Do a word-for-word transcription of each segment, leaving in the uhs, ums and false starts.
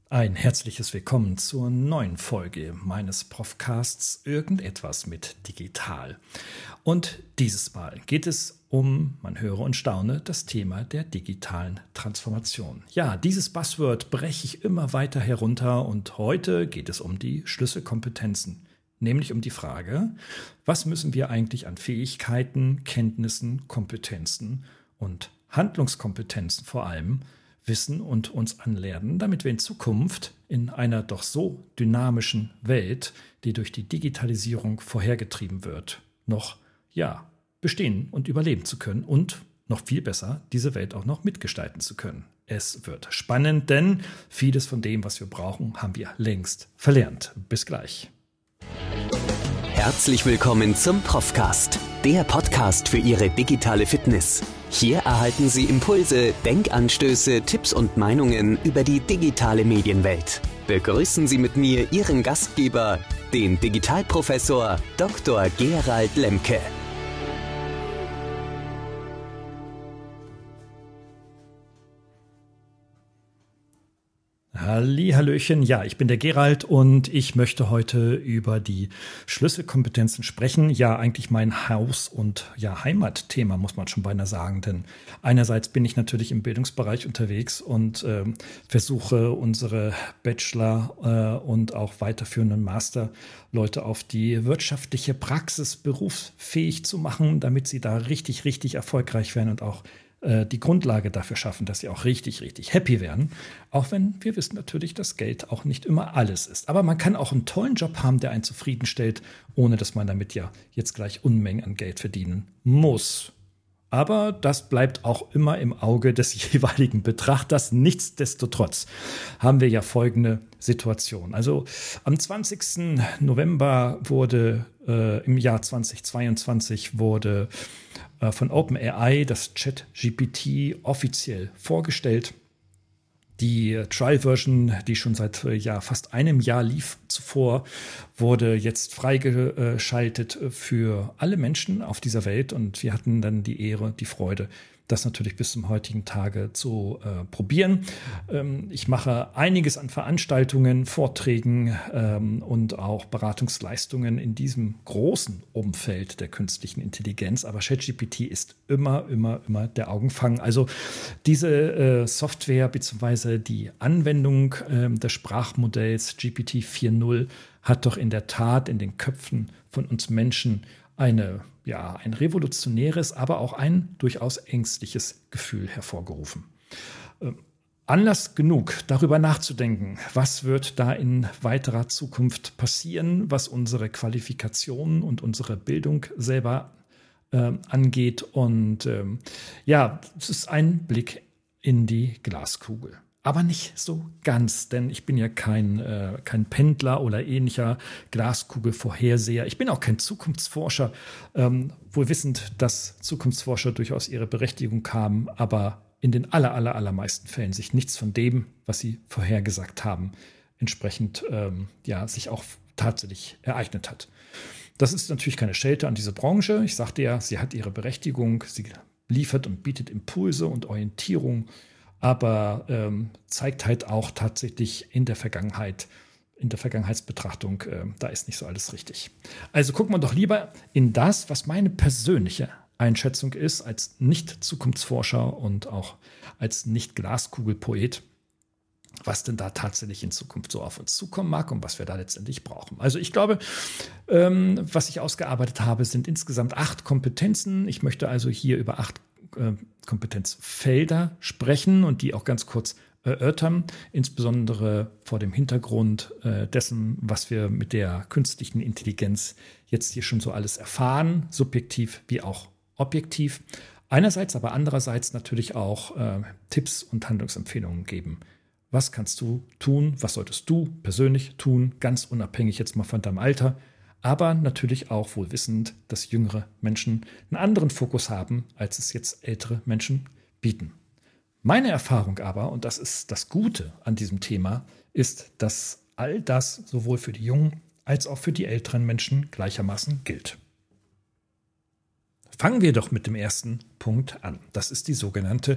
Ein herzliches Willkommen zur neuen Folge meines Profcasts Irgendetwas mit Digital. Und dieses Mal geht es um, man höre und staune, das Thema der digitalen Transformation. Ja, dieses Buzzword breche ich immer weiter herunter und heute geht es um die Schlüsselkompetenzen, nämlich um die Frage, was müssen wir eigentlich an Fähigkeiten, Kenntnissen, Kompetenzen und Handlungskompetenzen vor allem wissen und uns anlernen, damit wir in Zukunft in einer doch so dynamischen Welt, die durch die Digitalisierung vorhergetrieben wird, noch, ja, bestehen und überleben zu können und noch viel besser, diese Welt auch noch mitgestalten zu können. Es wird spannend, denn vieles von dem, was wir brauchen, haben wir längst verlernt. Bis gleich. Herzlich willkommen zum Profcast, der Podcast für Ihre digitale Fitness. Hier erhalten Sie Impulse, Denkanstöße, Tipps und Meinungen über die digitale Medienwelt. Begrüßen Sie mit mir Ihren Gastgeber, den Digitalprofessor Doktor Gerald Lemke. Hallihallöchen, ja, ich bin der Gerald und ich möchte heute über die Schlüsselkompetenzen sprechen. Ja, eigentlich mein Haus- und ja, Heimatthema, muss man schon beinahe sagen. Denn einerseits bin ich natürlich im Bildungsbereich unterwegs und äh, versuche unsere Bachelor- äh, und auch weiterführenden Masterleute auf die wirtschaftliche Praxis berufsfähig zu machen, damit sie da richtig, richtig erfolgreich werden und auch die Grundlage dafür schaffen, dass sie auch richtig, richtig happy werden. Auch wenn wir wissen natürlich, dass Geld auch nicht immer alles ist. Aber man kann auch einen tollen Job haben, der einen zufriedenstellt, ohne dass man damit ja jetzt gleich Unmengen an Geld verdienen muss. Aber das bleibt auch immer im Auge des jeweiligen Betrachters. Nichtsdestotrotz haben wir ja folgende Situation. Also am zwanzigsten November wurde äh, im Jahr zweitausendzweiundzwanzig wurde äh, von OpenAI das ChatGPT offiziell vorgestellt. Die Trial-Version, die schon seit ja, fast einem Jahr lief zuvor, wurde jetzt freigeschaltet für alle Menschen auf dieser Welt. Und wir hatten dann die Ehre, die Freude, das natürlich bis zum heutigen Tage zu äh, probieren. Ähm, ich mache einiges an Veranstaltungen, Vorträgen ähm, und auch Beratungsleistungen in diesem großen Umfeld der künstlichen Intelligenz. Aber ChatGPT ist immer, immer, immer der Augenfang. Also diese äh, Software bzw. die Anwendung äh, des Sprachmodells G P T vier Punkt null hat doch in der Tat in den Köpfen von uns Menschen eine, ja, ein revolutionäres, aber auch ein durchaus ängstliches Gefühl hervorgerufen. Ähm, Anlass genug, darüber nachzudenken, was wird da in weiterer Zukunft passieren, was unsere Qualifikationen und unsere Bildung selber äh, angeht. Und ähm, ja, es ist ein Blick in die Glaskugel. Aber nicht so ganz, denn ich bin ja kein, äh, kein Pendler oder ähnlicher Glaskugelvorherseher. Ich bin auch kein Zukunftsforscher, ähm, wohl wissend, dass Zukunftsforscher durchaus ihre Berechtigung haben, aber in den aller, aller, allermeisten Fällen sich nichts von dem, was sie vorhergesagt haben, entsprechend ähm, ja, sich auch tatsächlich ereignet hat. Das ist natürlich keine Schelte an diese Branche. Ich sagte ja, sie hat ihre Berechtigung, sie liefert und bietet Impulse und Orientierung, aber ähm, zeigt halt auch tatsächlich in der Vergangenheit, in der Vergangenheitsbetrachtung, äh, da ist nicht so alles richtig. Also gucken wir doch lieber in das, was meine persönliche Einschätzung ist, als Nicht-Zukunftsforscher und auch als Nicht-Glaskugelpoet, was denn da tatsächlich in Zukunft so auf uns zukommen mag und was wir da letztendlich brauchen. Also ich glaube, ähm, was ich ausgearbeitet habe, sind insgesamt acht Kompetenzen. Ich möchte also hier über acht äh, Kompetenzfelder sprechen und die auch ganz kurz erörtern, insbesondere vor dem Hintergrund äh, dessen, was wir mit der künstlichen Intelligenz jetzt hier schon so alles erfahren, subjektiv wie auch objektiv. Einerseits, aber andererseits natürlich auch äh, Tipps und Handlungsempfehlungen geben. Was kannst du tun? Was solltest du persönlich tun? Ganz unabhängig jetzt mal von deinem Alter. Aber natürlich auch wohl wissend, dass jüngere Menschen einen anderen Fokus haben, als es jetzt ältere Menschen bieten. Meine Erfahrung aber, und das ist das Gute an diesem Thema, ist, dass all das sowohl für die jungen als auch für die älteren Menschen gleichermaßen gilt. Fangen wir doch mit dem ersten Punkt an. Das ist die sogenannte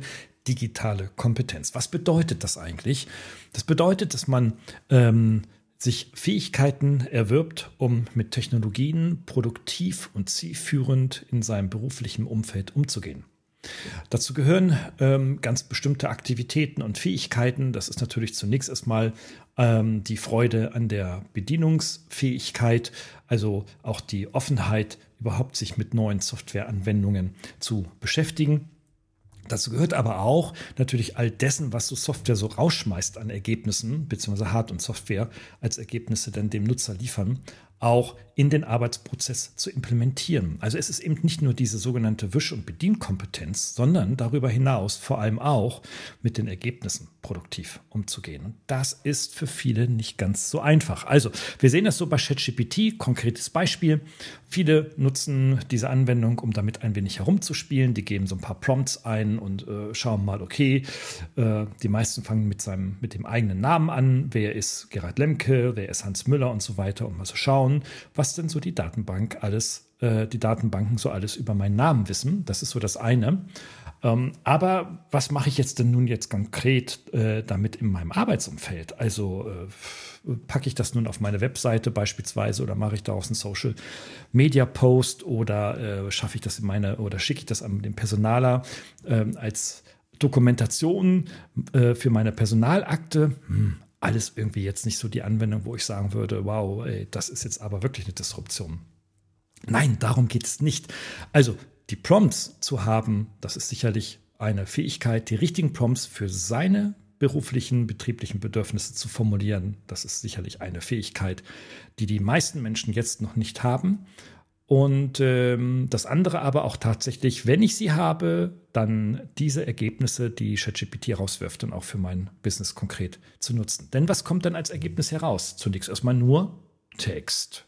digitale Kompetenz. Was bedeutet das eigentlich? Das bedeutet, dass man ähm, sich Fähigkeiten erwirbt, um mit Technologien produktiv und zielführend in seinem beruflichen Umfeld umzugehen. Dazu gehören ähm, ganz bestimmte Aktivitäten und Fähigkeiten. Das ist natürlich zunächst erstmal ähm, die Freude an der Bedienungsfähigkeit, also auch die Offenheit, überhaupt sich mit neuen Softwareanwendungen zu beschäftigen. Dazu gehört aber auch natürlich all dessen, was so Software so rausschmeißt an Ergebnissen, beziehungsweise Hard- und Software als Ergebnisse dann dem Nutzer liefern, auch in den Arbeitsprozess zu implementieren. Also es ist eben nicht nur diese sogenannte Wisch- und Bedienkompetenz, sondern darüber hinaus vor allem auch mit den Ergebnissen produktiv umzugehen. Und das ist für viele nicht ganz so einfach. Also wir sehen das so bei ChatGPT, konkretes Beispiel. Viele nutzen diese Anwendung, um damit ein wenig herumzuspielen. Die geben so ein paar Prompts ein und äh, schauen mal, okay, äh, die meisten fangen mit seinem, mit dem eigenen Namen an. Wer ist Gerald Lemke, wer ist Hans Müller und so weiter, um mal zu schauen, was denn so die Datenbank alles, äh, die Datenbanken so alles über meinen Namen wissen. Das ist so das eine. Ähm, aber was mache ich jetzt denn nun jetzt konkret äh, damit in meinem Arbeitsumfeld? Also äh, packe ich das nun auf meine Webseite beispielsweise oder mache ich daraus einen Social Media Post oder äh, schaffe ich das in meine oder schicke ich das an den Personaler äh, als Dokumentation äh, für meine Personalakte? Hm. Alles irgendwie jetzt nicht so die Anwendung, wo ich sagen würde, wow, ey, das ist jetzt aber wirklich eine Disruption. Nein, darum geht es nicht. Also die Prompts zu haben, das ist sicherlich eine Fähigkeit, die richtigen Prompts für seine beruflichen, betrieblichen Bedürfnisse zu formulieren. Das ist sicherlich eine Fähigkeit, die die meisten Menschen jetzt noch nicht haben. Und ähm, das andere aber auch tatsächlich, wenn ich sie habe, dann diese Ergebnisse, die ChatGPT rauswirft, dann auch für mein Business konkret zu nutzen. Denn was kommt dann als Ergebnis heraus? Zunächst erstmal nur Text.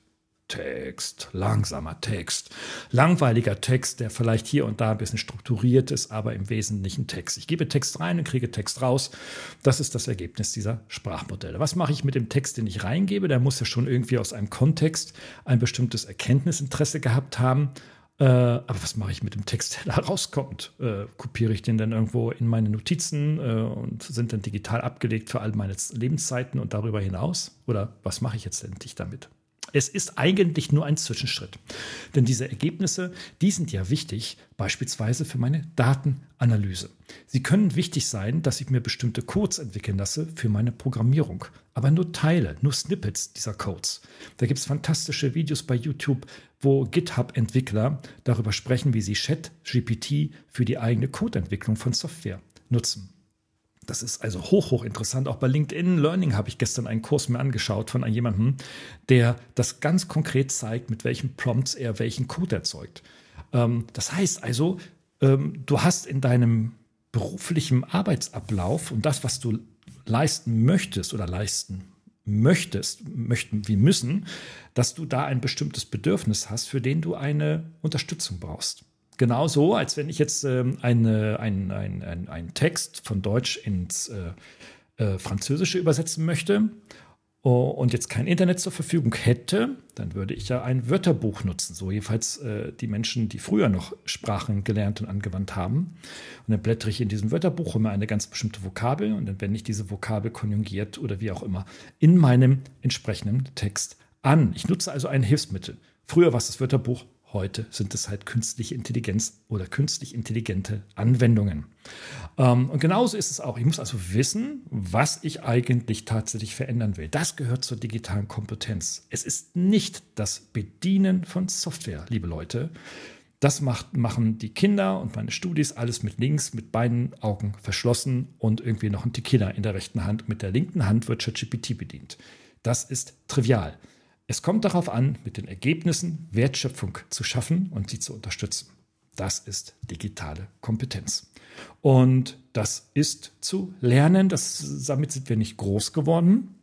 Text, langsamer Text, langweiliger Text, der vielleicht hier und da ein bisschen strukturiert ist, aber im Wesentlichen Text. Ich gebe Text rein und kriege Text raus. Das ist das Ergebnis dieser Sprachmodelle. Was mache ich mit dem Text, den ich reingebe? Der muss ja schon irgendwie aus einem Kontext ein bestimmtes Erkenntnisinteresse gehabt haben. Äh, aber was mache ich mit dem Text, der da rauskommt? Äh, kopiere ich den dann irgendwo in meine Notizen äh, und sind dann digital abgelegt für all meine Lebenszeiten und darüber hinaus? Oder was mache ich jetzt endlich damit? Es ist eigentlich nur ein Zwischenschritt. Denn diese Ergebnisse, die sind ja wichtig, beispielsweise für meine Datenanalyse. Sie können wichtig sein, dass ich mir bestimmte Codes entwickeln lasse für meine Programmierung. Aber nur Teile, nur Snippets dieser Codes. Da gibt es fantastische Videos bei YouTube, wo GitHub-Entwickler darüber sprechen, wie sie ChatGPT für die eigene Codeentwicklung von Software nutzen. Das ist also hoch, hoch interessant. Auch bei LinkedIn Learning habe ich gestern einen Kurs mir angeschaut von jemandem, der das ganz konkret zeigt, mit welchen Prompts er welchen Code erzeugt. Ähm, das heißt also, ähm, du hast in deinem beruflichen Arbeitsablauf und das, was du leisten möchtest oder leisten möchtest, möchten wie müssen, dass du da ein bestimmtes Bedürfnis hast, für den du eine Unterstützung brauchst. Genauso, als wenn ich jetzt ähm, eine, ein, ein, ein, einen Text von Deutsch ins äh, äh, Französische übersetzen möchte oh, und jetzt kein Internet zur Verfügung hätte, dann würde ich ja ein Wörterbuch nutzen. So jedenfalls äh, die Menschen, die früher noch Sprachen gelernt und angewandt haben. Und dann blättere ich in diesem Wörterbuch immer eine ganz bestimmte Vokabel und dann wende ich diese Vokabel konjugiert oder wie auch immer in meinem entsprechenden Text an. Ich nutze also ein Hilfsmittel. Früher war es das Wörterbuch. Heute sind es halt künstliche Intelligenz oder künstlich intelligente Anwendungen. Ähm, und genauso ist es auch. Ich muss also wissen, was ich eigentlich tatsächlich verändern will. Das gehört zur digitalen Kompetenz. Es ist nicht das Bedienen von Software, liebe Leute. Das macht, machen die Kinder und meine Studis alles mit links, mit beiden Augen verschlossen und irgendwie noch ein Tequila in der rechten Hand. Mit der linken Hand wird ChatGPT bedient. Das ist trivial. Es kommt darauf an, mit den Ergebnissen Wertschöpfung zu schaffen und sie zu unterstützen. Das ist digitale Kompetenz. Und das ist zu lernen. Das, damit sind wir nicht groß geworden.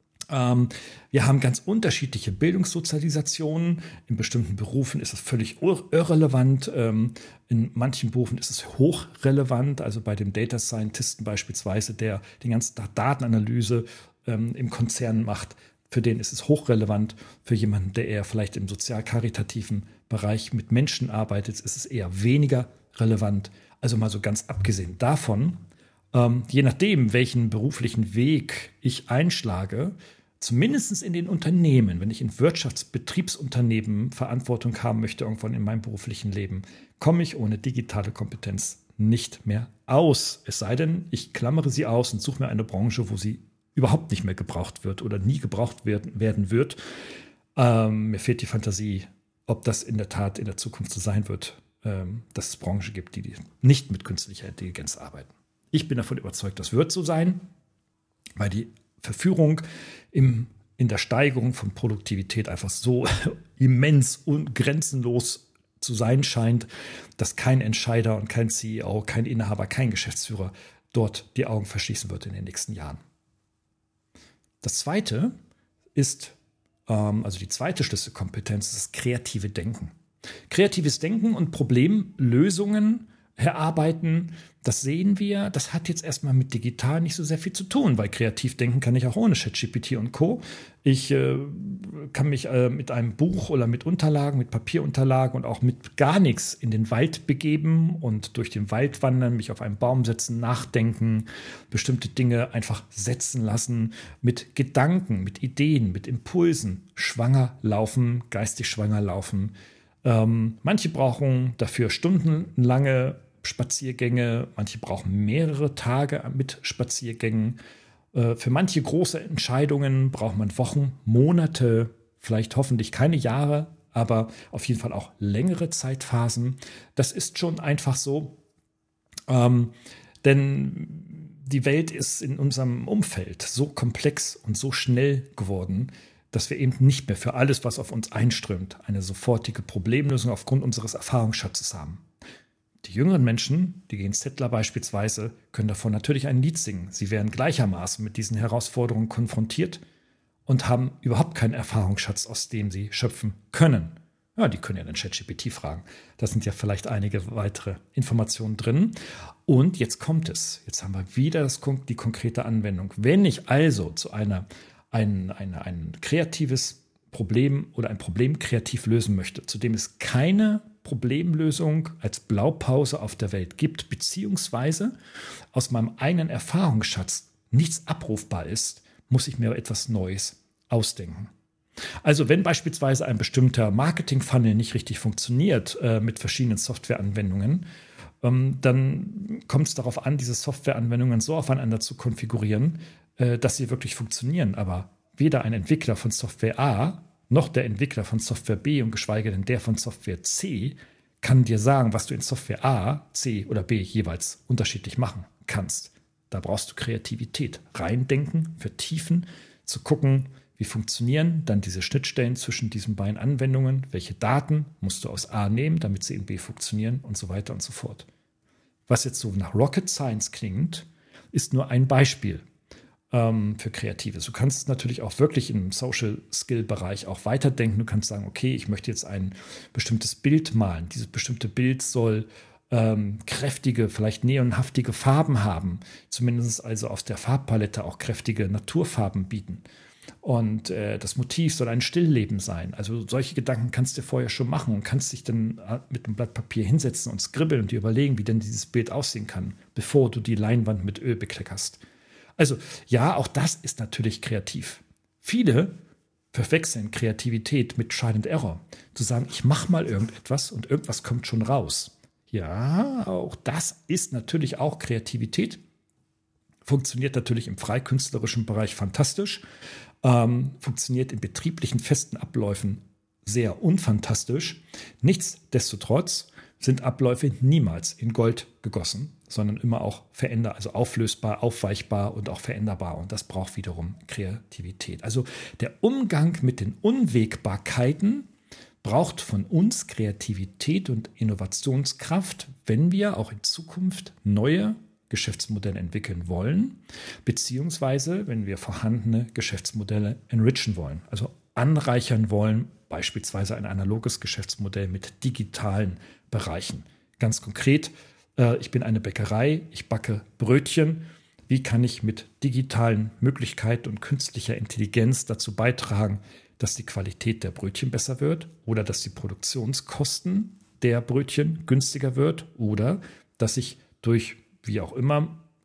Ähm, wir haben ganz unterschiedliche Bildungssozialisationen. In bestimmten Berufen ist es völlig irrelevant. Ähm, in manchen Berufen ist es hochrelevant. Also bei dem Data Scientisten beispielsweise, der die ganze Datenanalyse ähm, im Konzern macht. Für den ist es hochrelevant. Für jemanden, der eher vielleicht im sozial-karitativen Bereich mit Menschen arbeitet, ist es eher weniger relevant. Also mal so ganz abgesehen davon, Ähm, je nachdem, welchen beruflichen Weg ich einschlage, zumindest in den Unternehmen, wenn ich in Wirtschaftsbetriebsunternehmen Verantwortung haben möchte, irgendwann in meinem beruflichen Leben, komme ich ohne digitale Kompetenz nicht mehr aus. Es sei denn, ich klammere sie aus und suche mir eine Branche, wo sie überhaupt nicht mehr gebraucht wird oder nie gebraucht werden, werden wird. Ähm, mir fehlt die Fantasie, ob das in der Tat in der Zukunft so sein wird, ähm, dass es Branchen gibt, die nicht mit künstlicher Intelligenz arbeiten. Ich bin davon überzeugt, das wird so sein, weil die Verführung im, in der Steigerung von Produktivität einfach so immens und grenzenlos zu sein scheint, dass kein Entscheider und kein C E O, kein Inhaber, kein Geschäftsführer dort die Augen verschließen wird in den nächsten Jahren. Das zweite ist, ähm, also die zweite Schlüsselkompetenz, ist das kreative Denken. Kreatives Denken und Problemlösungen erarbeiten, das sehen wir, das hat jetzt erstmal mit digital nicht so sehr viel zu tun, weil kreativ denken kann ich auch ohne ChatGPT und Co. Ich äh, kann mich äh, mit einem Buch oder mit Unterlagen, mit Papierunterlagen und auch mit gar nichts in den Wald begeben und durch den Wald wandern, mich auf einen Baum setzen, nachdenken, bestimmte Dinge einfach setzen lassen, mit Gedanken, mit Ideen, mit Impulsen, schwanger laufen, geistig schwanger laufen. Ähm, manche brauchen dafür stundenlange Spaziergänge, manche brauchen mehrere Tage mit Spaziergängen. Äh, für manche große Entscheidungen braucht man Wochen, Monate, vielleicht hoffentlich keine Jahre, aber auf jeden Fall auch längere Zeitphasen. Das ist schon einfach so, ähm, denn die Welt ist in unserem Umfeld so komplex und so schnell geworden, dass wir eben nicht mehr für alles, was auf uns einströmt, eine sofortige Problemlösung aufgrund unseres Erfahrungsschatzes haben. Die jüngeren Menschen, die Gen-Zettler beispielsweise, können davon natürlich ein Lied singen. Sie werden gleichermaßen mit diesen Herausforderungen konfrontiert und haben überhaupt keinen Erfahrungsschatz, aus dem sie schöpfen können. Ja, die können ja den ChatGPT fragen. Da sind ja vielleicht einige weitere Informationen drin. Und jetzt kommt es. Jetzt haben wir wieder das, die konkrete Anwendung. Wenn ich also zu einer ein, ein, ein kreatives Problem oder ein Problem kreativ lösen möchte, zu dem es keine Problemlösung als Blaupause auf der Welt gibt, beziehungsweise aus meinem eigenen Erfahrungsschatz nichts abrufbar ist, muss ich mir etwas Neues ausdenken. Also wenn beispielsweise ein bestimmter Marketing-Funnel nicht richtig funktioniert äh, mit verschiedenen Softwareanwendungen, ähm, dann kommt es darauf an, diese Softwareanwendungen so aufeinander zu konfigurieren, äh, dass sie wirklich funktionieren. Aber weder ein Entwickler von Software A noch der Entwickler von Software B und geschweige denn der von Software C kann dir sagen, was du in Software A, C oder B jeweils unterschiedlich machen kannst. Da brauchst du Kreativität. Reindenken, vertiefen, zu gucken, wie funktionieren dann diese Schnittstellen zwischen diesen beiden Anwendungen, welche Daten musst du aus A nehmen, damit sie in B funktionieren und so weiter und so fort. Was jetzt so nach Rocket Science klingt, ist nur ein Beispiel für Kreatives. Du kannst natürlich auch wirklich im Social-Skill-Bereich auch weiterdenken. Du kannst sagen, okay, ich möchte jetzt ein bestimmtes Bild malen. Dieses bestimmte Bild soll ähm, kräftige, vielleicht neonhaftige Farben haben. Zumindest also aus der Farbpalette auch kräftige Naturfarben bieten. Und äh, das Motiv soll ein Stillleben sein. Also solche Gedanken kannst du dir vorher schon machen und kannst dich dann mit einem Blatt Papier hinsetzen und skribbeln und dir überlegen, wie denn dieses Bild aussehen kann, bevor du die Leinwand mit Öl bekleckerst. Also ja, auch das ist natürlich kreativ. Viele verwechseln Kreativität mit Trial and Error. Zu sagen, ich mache mal irgendetwas und irgendwas kommt schon raus. Ja, auch das ist natürlich auch Kreativität. Funktioniert natürlich im freikünstlerischen Bereich fantastisch. Ähm, funktioniert in betrieblichen festen Abläufen sehr unfantastisch. Nichtsdestotrotz sind Abläufe niemals in Gold gegossen, sondern immer auch veränderbar, also auflösbar, aufweichbar und auch veränderbar. Und das braucht wiederum Kreativität. Also der Umgang mit den Unwägbarkeiten braucht von uns Kreativität und Innovationskraft, wenn wir auch in Zukunft neue Geschäftsmodelle entwickeln wollen, beziehungsweise wenn wir vorhandene Geschäftsmodelle enrichen wollen, also anreichern wollen, beispielsweise ein analoges Geschäftsmodell mit digitalen Bereichen. Ganz konkret, äh, ich bin eine Bäckerei, ich backe Brötchen. Wie kann ich mit digitalen Möglichkeiten und künstlicher Intelligenz dazu beitragen, dass die Qualität der Brötchen besser wird oder dass die Produktionskosten der Brötchen günstiger wird oder dass ich durch, wie auch immer,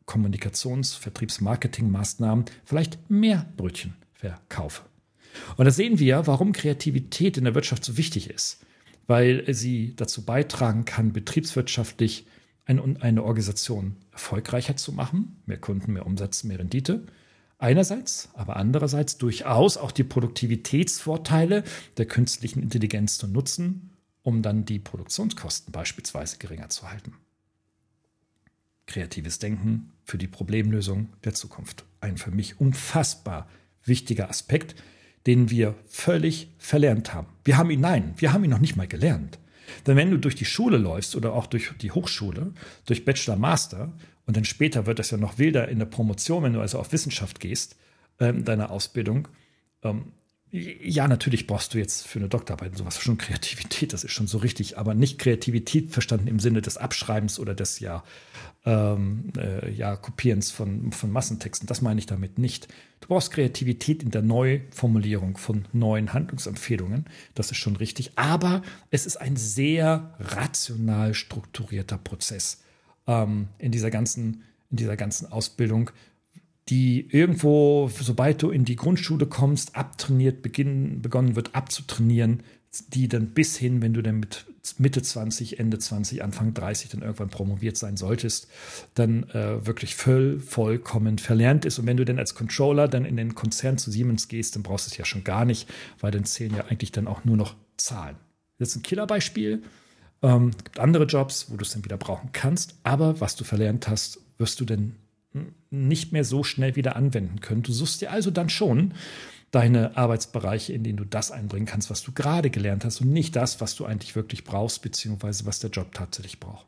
Kommunikations-, Vertriebs-, Marketing-Maßnahmen vielleicht mehr Brötchen verkaufe. Und da sehen wir, warum Kreativität in der Wirtschaft so wichtig ist, weil sie dazu beitragen kann, betriebswirtschaftlich eine, eine Organisation erfolgreicher zu machen, mehr Kunden, mehr Umsatz, mehr Rendite. Einerseits, aber andererseits durchaus auch die Produktivitätsvorteile der künstlichen Intelligenz zu nutzen, um dann die Produktionskosten beispielsweise geringer zu halten. Kreatives Denken für die Problemlösung der Zukunft. Ein für mich unfassbar wichtiger Aspekt, den wir völlig verlernt haben. Wir haben ihn, nein, wir haben ihn noch nicht mal gelernt. Denn wenn du durch die Schule läufst oder auch durch die Hochschule, durch Bachelor, Master und dann später wird das ja noch wilder in der Promotion, wenn du also auf Wissenschaft gehst, ähm, deiner Ausbildung, ähm, ja, natürlich brauchst du jetzt für eine Doktorarbeit sowas schon Kreativität, das ist schon so richtig, aber nicht Kreativität verstanden im Sinne des Abschreibens oder des ja, ähm, äh, ja, Kopierens von, von Massentexten. Das meine ich damit nicht. Du brauchst Kreativität in der Neuformulierung von neuen Handlungsempfehlungen, das ist schon richtig, aber es ist ein sehr rational strukturierter Prozess ähm, in dieser ganzen, in dieser ganzen Ausbildung, die irgendwo, sobald du in die Grundschule kommst, abtrainiert, beginnen, begonnen wird abzutrainieren, die dann bis hin, wenn du dann mit Mitte zwanzig, Ende zwanzig, Anfang dreißig dann irgendwann promoviert sein solltest, dann äh, wirklich voll, vollkommen verlernt ist. Und wenn du dann als Controller dann in den Konzern zu Siemens gehst, dann brauchst du es ja schon gar nicht, weil dann zählen ja eigentlich dann auch nur noch Zahlen. Das ist ein Killerbeispiel. Ähm, es gibt andere Jobs, wo du es dann wieder brauchen kannst, aber was du verlernt hast, wirst du dann nicht mehr so schnell wieder anwenden können. Du suchst dir also dann schon deine Arbeitsbereiche, in denen du das einbringen kannst, was du gerade gelernt hast und nicht das, was du eigentlich wirklich brauchst, beziehungsweise was der Job tatsächlich braucht.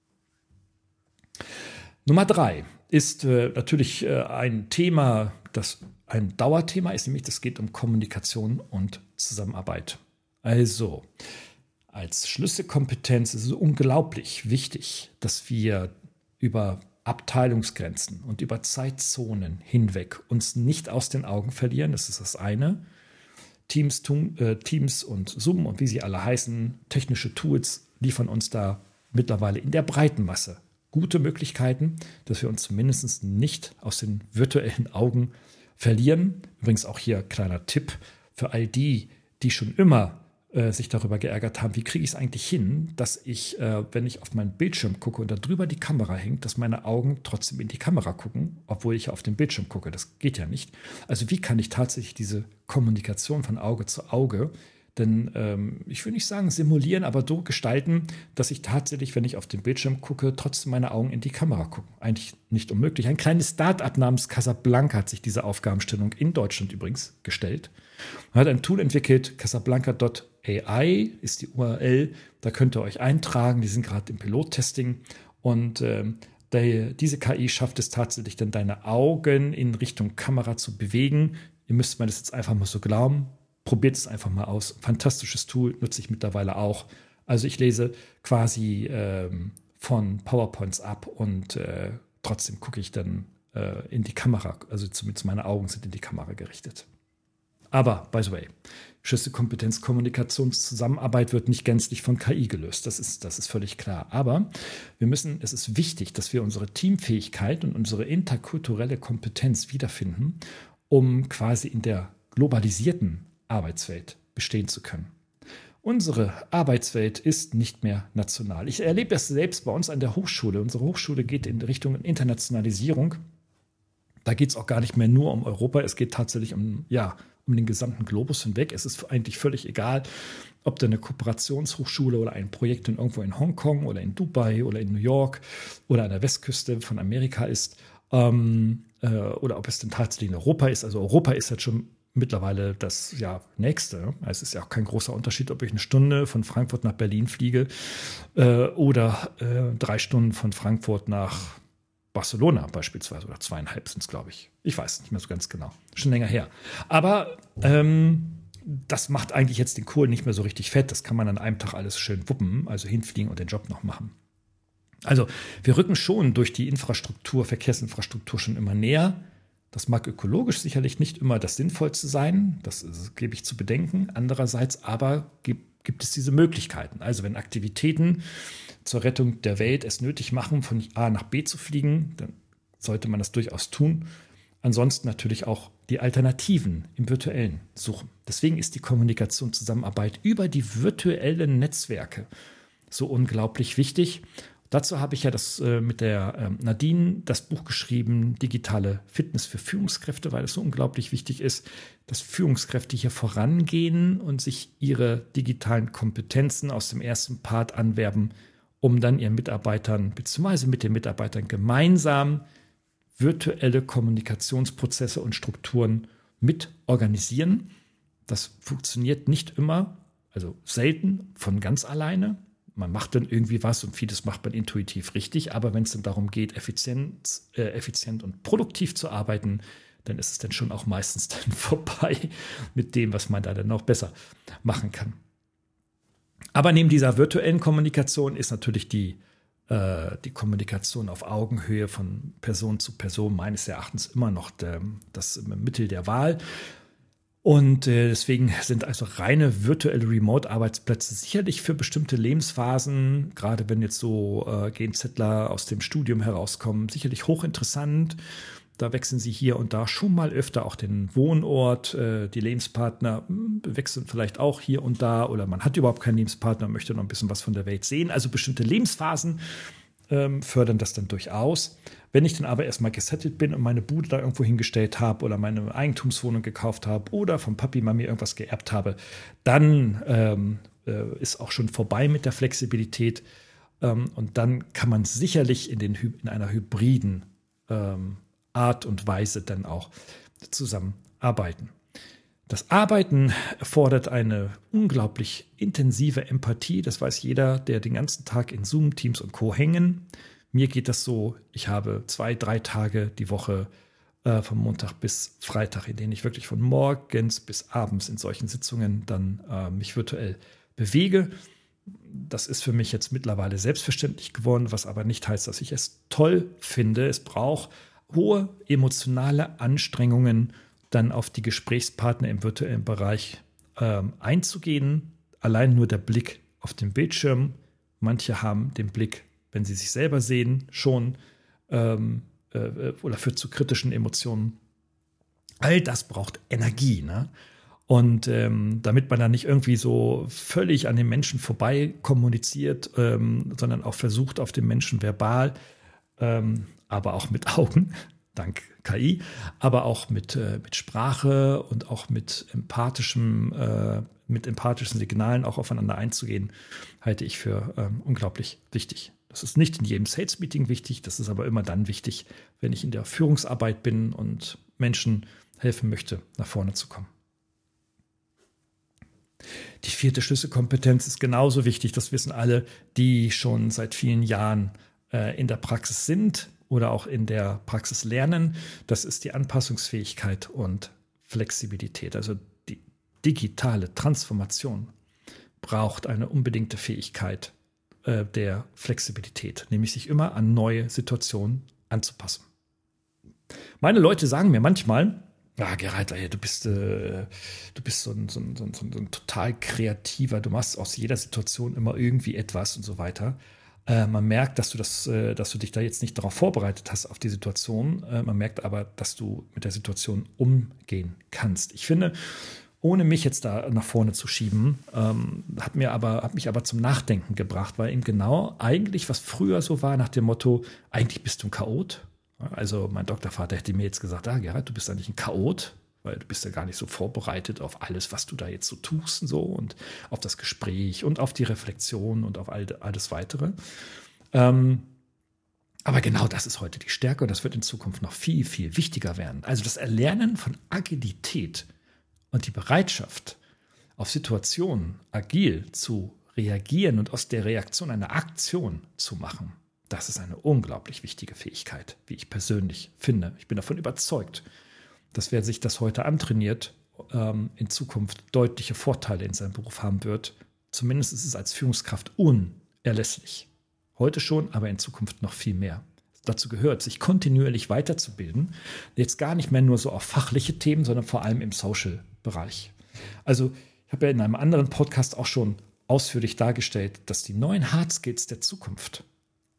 Nummer drei ist äh, natürlich äh, ein Thema, das ein Dauerthema ist, nämlich das geht um Kommunikation und Zusammenarbeit. Also, als Schlüsselkompetenz ist es unglaublich wichtig, dass wir über Abteilungsgrenzen und über Zeitzonen hinweg uns nicht aus den Augen verlieren. Das ist das eine. Teams, tum, äh, Teams und Zoom und wie sie alle heißen, technische Tools liefern uns da mittlerweile in der breiten Masse gute Möglichkeiten, dass wir uns zumindest nicht aus den virtuellen Augen verlieren. Übrigens auch hier kleiner Tipp für all die, die schon immer äh, sich darüber geärgert haben, wie kriege ich es eigentlich hin, dass ich, äh, wenn ich auf meinen Bildschirm gucke und da drüber die Kamera hängt, dass meine Augen trotzdem in die Kamera gucken, obwohl ich auf den Bildschirm gucke. Das geht ja nicht. Also wie kann ich tatsächlich diese Kommunikation von Auge zu Auge, denn ähm, ich will nicht sagen simulieren, aber so gestalten, dass ich tatsächlich, wenn ich auf den Bildschirm gucke, trotzdem meine Augen in die Kamera gucken. Eigentlich nicht unmöglich. Ein kleines Start-up namens Casablanca hat sich diese Aufgabenstellung in Deutschland übrigens gestellt. Man hat ein Tool entwickelt, casablanca Punkt A I ist die U R L, da könnt ihr euch eintragen, die sind gerade im Pilottesting und ähm, die, diese K I schafft es tatsächlich dann, deine Augen in Richtung Kamera zu bewegen. Ihr müsst mir das jetzt einfach mal so glauben. Probiert es einfach mal aus. Fantastisches Tool, nutze ich mittlerweile auch. Also ich lese quasi ähm, von PowerPoints ab und äh, trotzdem gucke ich dann äh, in die Kamera. Also zumindest meine Augen sind in die Kamera gerichtet. Aber, by the way, Schlüsselkompetenz, Kommunikationszusammenarbeit wird nicht gänzlich von K I gelöst. Das ist, das ist völlig klar. Aber wir müssen, es ist wichtig, dass wir unsere Teamfähigkeit und unsere interkulturelle Kompetenz wiederfinden, um quasi in der globalisierten Arbeitswelt bestehen zu können. Unsere Arbeitswelt ist nicht mehr national. Ich erlebe das selbst bei uns an der Hochschule. Unsere Hochschule geht in Richtung Internationalisierung. Da geht es auch gar nicht mehr nur um Europa. Es geht tatsächlich um, ja, um den gesamten Globus hinweg. Es ist eigentlich völlig egal, ob da eine Kooperationshochschule oder ein Projekt in irgendwo in Hongkong oder in Dubai oder in New York oder an der Westküste von Amerika ist, ähm, äh, oder ob es denn tatsächlich in Europa ist. Also Europa ist jetzt schon mittlerweile das ja, nächste. Es ist ja auch kein großer Unterschied, ob ich eine Stunde von Frankfurt nach Berlin fliege äh, oder äh, drei Stunden von Frankfurt nach Barcelona beispielsweise oder zweieinhalb sind es, glaube ich. Ich weiß nicht mehr so ganz genau. Schon länger her. Aber ähm, das macht eigentlich jetzt den Kohl nicht mehr so richtig fett. Das kann man an einem Tag alles schön wuppen, also hinfliegen und den Job noch machen. Also wir rücken schon durch die Infrastruktur, Verkehrsinfrastruktur schon immer näher. Das mag ökologisch sicherlich nicht immer das Sinnvollste sein, das, das gebe ich zu bedenken. Andererseits aber gibt, gibt es diese Möglichkeiten. Also wenn Aktivitäten zur Rettung der Welt es nötig machen, von A nach B zu fliegen, dann sollte man das durchaus tun. Ansonsten natürlich auch die Alternativen im Virtuellen suchen. Deswegen ist die Kommunikation, Zusammenarbeit über die virtuellen Netzwerke so unglaublich wichtig. Dazu habe ich ja das äh, mit der ähm, Nadine das Buch geschrieben, Digitale Fitness für Führungskräfte, weil es so unglaublich wichtig ist, dass Führungskräfte hier vorangehen und sich ihre digitalen Kompetenzen aus dem ersten Part anwerben, um dann ihren Mitarbeitern bzw. mit den Mitarbeitern gemeinsam virtuelle Kommunikationsprozesse und Strukturen mit organisieren. Das funktioniert nicht immer, also selten von ganz alleine. Man macht dann irgendwie was und vieles macht man intuitiv richtig, aber wenn es dann darum geht, effizient, äh, effizient und produktiv zu arbeiten, dann ist es dann schon auch meistens dann vorbei mit dem, was man da dann noch besser machen kann. Aber neben dieser virtuellen Kommunikation ist natürlich die, äh, die Kommunikation auf Augenhöhe von Person zu Person meines Erachtens immer noch der, das Mittel der Wahl. Und äh, deswegen sind also reine virtuelle Remote-Arbeitsplätze sicherlich für bestimmte Lebensphasen, gerade wenn jetzt so äh, GNZler aus dem Studium herauskommen, sicherlich hochinteressant. Da wechseln sie hier und da schon mal öfter auch den Wohnort. Äh, die Lebenspartner mh, wechseln vielleicht auch hier und da oder man hat überhaupt keinen Lebenspartner und möchte noch ein bisschen was von der Welt sehen. Also bestimmte Lebensphasen ähm, fördern das dann durchaus. Wenn ich dann aber erstmal gesettelt bin und meine Bude da irgendwo hingestellt habe oder meine Eigentumswohnung gekauft habe oder vom Papi Mami irgendwas geerbt habe, dann ähm, äh, ist auch schon vorbei mit der Flexibilität. Ähm, und dann kann man sicherlich in, den, in einer hybriden ähm, Art und Weise dann auch zusammenarbeiten. Das Arbeiten erfordert eine unglaublich intensive Empathie. Das weiß jeder, der den ganzen Tag in Zoom, Teams und Co. hängen. Mir geht das so, ich habe zwei, drei Tage die Woche äh, von Montag bis Freitag, in denen ich wirklich von morgens bis abends in solchen Sitzungen dann äh, mich virtuell bewege. Das ist für mich jetzt mittlerweile selbstverständlich geworden, was aber nicht heißt, dass ich es toll finde. Es braucht hohe emotionale Anstrengungen, dann auf die Gesprächspartner im virtuellen Bereich ähm, einzugehen. Allein nur der Blick auf den Bildschirm. Manche haben den Blick, wenn sie sich selber sehen, schon ähm, äh, oder führt zu kritischen Emotionen. All das braucht Energie, ne? Und ähm, damit man da nicht irgendwie so völlig an den Menschen vorbei kommuniziert, ähm, sondern auch versucht, auf den Menschen verbal, ähm, aber auch mit Augen, dank K I, aber auch mit, äh, mit Sprache und auch mit empathischem, äh, mit empathischen Signalen auch aufeinander einzugehen, halte ich für ähm, unglaublich wichtig. Das ist nicht in jedem Sales-Meeting wichtig, das ist aber immer dann wichtig, wenn ich in der Führungsarbeit bin und Menschen helfen möchte, nach vorne zu kommen. Die vierte Schlüsselkompetenz ist genauso wichtig, das wissen alle, die schon seit vielen Jahren äh, in der Praxis sind oder auch in der Praxis lernen. Das ist die Anpassungsfähigkeit und Flexibilität. Also die digitale Transformation braucht eine unbedingte Fähigkeit äh, der Flexibilität, nämlich sich immer an neue Situationen anzupassen. Meine Leute sagen mir manchmal, ja, Gerald, ey, du bist, äh, du bist so ein, so, ein, so, ein, so ein total kreativer, du machst aus jeder Situation immer irgendwie etwas und so weiter. Äh, man merkt, dass du, das, äh, dass du dich da jetzt nicht darauf vorbereitet hast, auf die Situation. Äh, man merkt aber, dass du mit der Situation umgehen kannst. Ich finde, ohne mich jetzt da nach vorne zu schieben, ähm, hat, mir aber, hat mich aber zum Nachdenken gebracht, weil eben genau eigentlich, was früher so war, nach dem Motto, eigentlich bist du ein Chaot. Also mein Doktorvater hätte mir jetzt gesagt, ah Gerhard, du bist eigentlich ein Chaot, weil du bist ja gar nicht so vorbereitet auf alles, was du da jetzt so tust und so und auf das Gespräch und auf die Reflexion und auf all, alles Weitere. Ähm, aber genau das ist heute die Stärke und das wird in Zukunft noch viel, viel wichtiger werden. Also das Erlernen von Agilität und die Bereitschaft, auf Situationen agil zu reagieren und aus der Reaktion eine Aktion zu machen. Das ist eine unglaublich wichtige Fähigkeit, wie ich persönlich finde. Ich bin davon überzeugt, dass wer sich das heute antrainiert, ähm, in Zukunft deutliche Vorteile in seinem Beruf haben wird. Zumindest ist es als Führungskraft unerlässlich. Heute schon, aber in Zukunft noch viel mehr. Dazu gehört, sich kontinuierlich weiterzubilden. Jetzt gar nicht mehr nur so auf fachliche Themen, sondern vor allem im Social-Bereich. Also ich habe ja in einem anderen Podcast auch schon ausführlich dargestellt, dass die neuen Hard Skills der Zukunft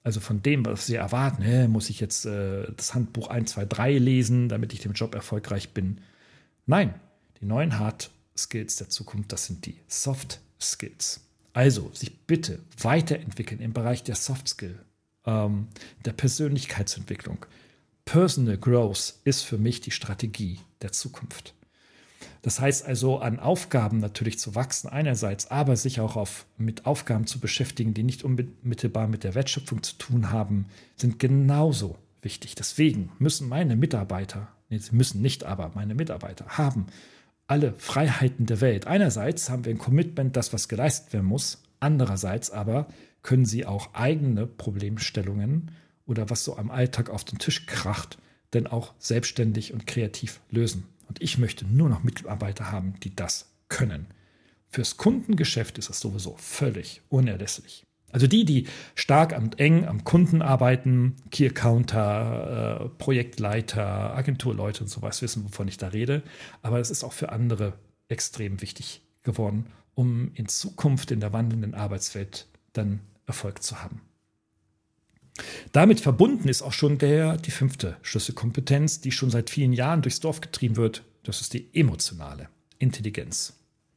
Also von dem, was sie erwarten, hä, muss ich jetzt äh, das Handbuch eins, zwei, drei lesen, damit ich dem Job erfolgreich bin. Nein, die neuen Hard Skills der Zukunft, das sind die Soft Skills. Also sich bitte weiterentwickeln im Bereich der Soft Skill, ähm, der Persönlichkeitsentwicklung. Personal Growth ist für mich die Strategie der Zukunft. Das heißt also, an Aufgaben natürlich zu wachsen einerseits, aber sich auch auf, mit Aufgaben zu beschäftigen, die nicht unmittelbar mit der Wertschöpfung zu tun haben, sind genauso wichtig. Deswegen müssen meine Mitarbeiter, nee, sie müssen nicht, aber meine Mitarbeiter haben alle Freiheiten der Welt. Einerseits haben wir ein Commitment, das was geleistet werden muss. Andererseits aber können sie auch eigene Problemstellungen oder was so am Alltag auf den Tisch kracht, denn auch selbstständig und kreativ lösen. Und ich möchte nur noch Mitarbeiter haben, die das können. Fürs Kundengeschäft ist das sowieso völlig unerlässlich. Also die, die stark und eng am Kunden arbeiten, Key Accounter, äh, Projektleiter, Agenturleute und sowas, wissen, wovon ich da rede. Aber es ist auch für andere extrem wichtig geworden, um in Zukunft in der wandelnden Arbeitswelt dann Erfolg zu haben. Damit verbunden ist auch schon der, die fünfte Schlüsselkompetenz, die schon seit vielen Jahren durchs Dorf getrieben wird. Das ist die emotionale Intelligenz.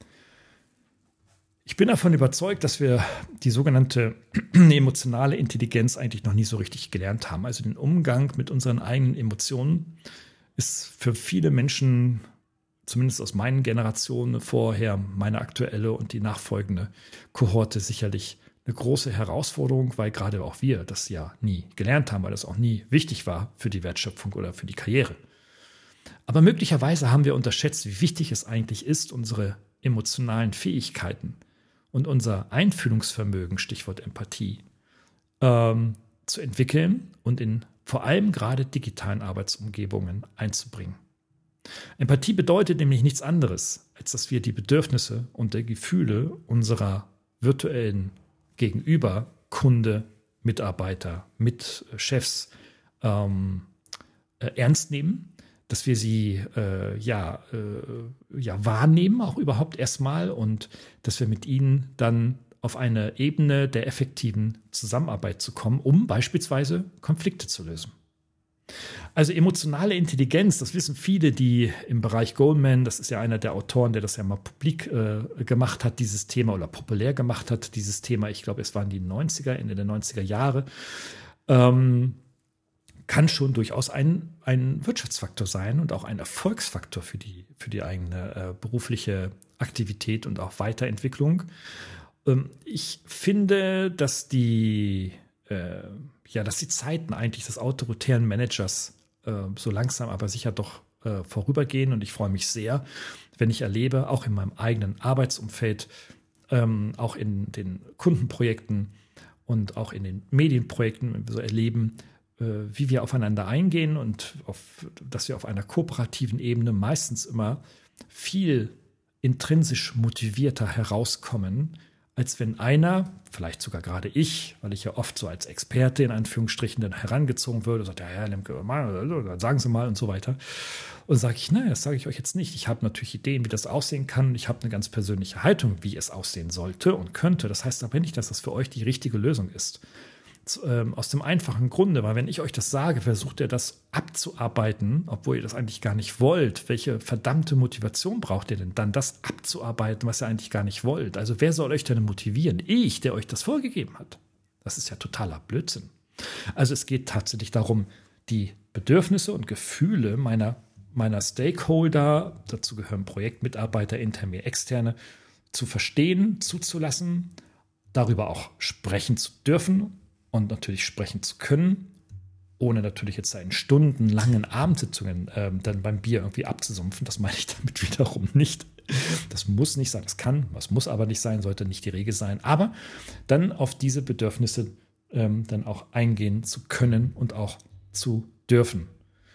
Ich bin davon überzeugt, dass wir die sogenannte emotionale Intelligenz eigentlich noch nie so richtig gelernt haben. Also den Umgang mit unseren eigenen Emotionen ist für viele Menschen, zumindest aus meinen Generationen vorher, meine aktuelle und die nachfolgende Kohorte sicherlich eine große Herausforderung, weil gerade auch wir das ja nie gelernt haben, weil das auch nie wichtig war für die Wertschöpfung oder für die Karriere. Aber möglicherweise haben wir unterschätzt, wie wichtig es eigentlich ist, unsere emotionalen Fähigkeiten und unser Einfühlungsvermögen, Stichwort Empathie, ähm, zu entwickeln und in vor allem gerade digitalen Arbeitsumgebungen einzubringen. Empathie bedeutet nämlich nichts anderes, als dass wir die Bedürfnisse und die Gefühle unserer virtuellen Gegenüber, Kunde, Mitarbeiter, Mitchefs ähm, äh, ernst nehmen, dass wir sie äh, ja, äh, ja wahrnehmen, auch überhaupt erstmal, und dass wir mit ihnen dann auf eine Ebene der effektiven Zusammenarbeit zu kommen, um beispielsweise Konflikte zu lösen. Also emotionale Intelligenz, das wissen viele, die im Bereich Goleman, das ist ja einer der Autoren, der das ja mal publik äh, gemacht hat, dieses Thema, oder populär gemacht hat, dieses Thema, ich glaube, es waren die neunziger, Ende der neunziger Jahre, ähm, kann schon durchaus ein, ein Wirtschaftsfaktor sein und auch ein Erfolgsfaktor für die, für die eigene äh, berufliche Aktivität und auch Weiterentwicklung. Ähm, ich finde, dass die äh, ja, dass die Zeiten eigentlich des autoritären Managers äh, so langsam aber sicher doch äh, vorübergehen. Und ich freue mich sehr, wenn ich erlebe, auch in meinem eigenen Arbeitsumfeld, ähm, auch in den Kundenprojekten und auch in den Medienprojekten, wenn wir so erleben, äh, wie wir aufeinander eingehen und auf, dass wir auf einer kooperativen Ebene meistens immer viel intrinsisch motivierter herauskommen, als wenn einer, vielleicht sogar gerade ich, weil ich ja oft so als Experte in Anführungsstrichen dann herangezogen würde, sagt, ja, Herr Lemke, dann sagen Sie mal und so weiter. Und sage ich, nein, das sage ich euch jetzt nicht. Ich habe natürlich Ideen, wie das aussehen kann. Ich habe eine ganz persönliche Haltung, wie es aussehen sollte und könnte. Das heißt aber nicht, dass das für euch die richtige Lösung ist. Aus dem einfachen Grunde, weil wenn ich euch das sage, versucht ihr das abzuarbeiten, obwohl ihr das eigentlich gar nicht wollt. Welche verdammte Motivation braucht ihr denn dann, das abzuarbeiten, was ihr eigentlich gar nicht wollt? Also wer soll euch denn motivieren? Ich, der euch das vorgegeben hat. Das ist ja totaler Blödsinn. Also es geht tatsächlich darum, die Bedürfnisse und Gefühle meiner, meiner Stakeholder, dazu gehören Projektmitarbeiter, interne, externe, zu verstehen, zuzulassen, darüber auch sprechen zu dürfen und natürlich sprechen zu können, ohne natürlich jetzt in stundenlangen Abendsitzungen äh, dann beim Bier irgendwie abzusumpfen. Das meine ich damit wiederum nicht. Das muss nicht sein, das kann, das muss aber nicht sein, sollte nicht die Regel sein. Aber dann auf diese Bedürfnisse ähm, dann auch eingehen zu können und auch zu dürfen.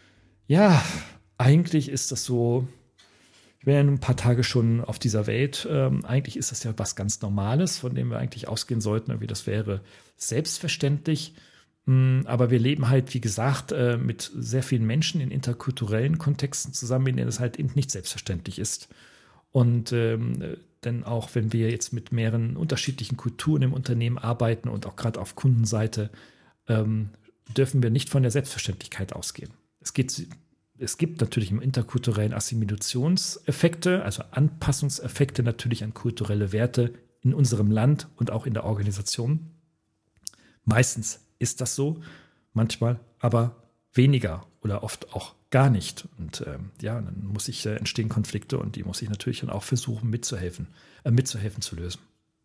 Ja, eigentlich ist das so, ich bin ja nun ein paar Tage schon auf dieser Welt. Ähm, eigentlich ist das ja was ganz Normales, von dem wir eigentlich ausgehen sollten, irgendwie das wäre selbstverständlich. Ähm, aber wir leben halt, wie gesagt, äh, mit sehr vielen Menschen in interkulturellen Kontexten zusammen, in denen es halt eben nicht selbstverständlich ist. Und ähm, denn auch wenn wir jetzt mit mehreren unterschiedlichen Kulturen im Unternehmen arbeiten und auch gerade auf Kundenseite ähm, dürfen wir nicht von der Selbstverständlichkeit ausgehen. Es geht, es gibt natürlich im interkulturellen Assimilationseffekte, also Anpassungseffekte natürlich an kulturelle Werte in unserem Land und auch in der Organisation. Meistens ist das so, manchmal aber weniger oder oft auch gar nicht. Und ähm, ja, dann muss ich, äh, entstehen Konflikte und die muss ich natürlich dann auch versuchen mitzuhelfen, äh, mitzuhelfen zu lösen.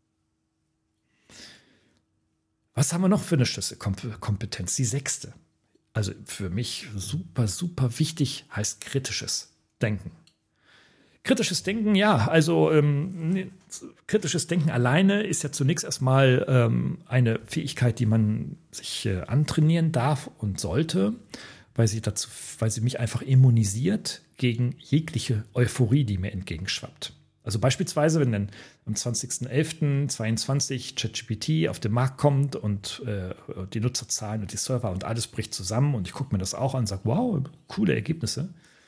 Was haben wir noch für eine Schlüsselkompetenz? Die sechste. Also für mich super, super wichtig heißt kritisches Denken. Kritisches Denken, ja, also ähm, kritisches Denken alleine ist ja zunächst erstmal ähm, eine Fähigkeit, die man sich äh, antrainieren darf und sollte, weil sie dazu, weil sie mich einfach immunisiert gegen jegliche Euphorie, die mir entgegenschwappt. Also beispielsweise, wenn dann am zwanzigsten elften zweiundzwanzig ChatGPT auf den Markt kommt und äh, die Nutzerzahlen und die Server und alles bricht zusammen und ich gucke mir das auch an und sage, wow, coole Ergebnisse,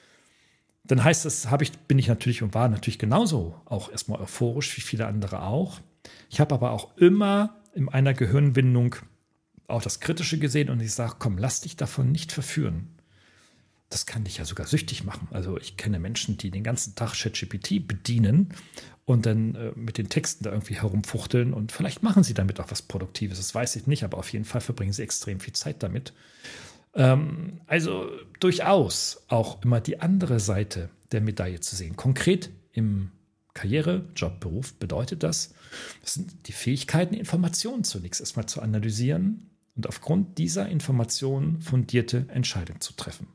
dann heißt das, habe ich, bin ich natürlich und war natürlich genauso auch erstmal euphorisch wie viele andere auch. Ich habe aber auch immer in einer Gehirnwindung auch das Kritische gesehen und ich sage, komm, lass dich davon nicht verführen. Das kann dich ja sogar süchtig machen. Also ich kenne Menschen, die den ganzen Tag ChatGPT bedienen und dann äh, mit den Texten da irgendwie herumfuchteln und vielleicht machen sie damit auch was Produktives. Das weiß ich nicht, aber auf jeden Fall verbringen sie extrem viel Zeit damit. Ähm, also durchaus auch immer die andere Seite der Medaille zu sehen. Konkret im Karriere, Job, Beruf bedeutet das, das sind die Fähigkeiten, Informationen zunächst erstmal zu analysieren und aufgrund dieser Informationen fundierte Entscheidungen zu treffen.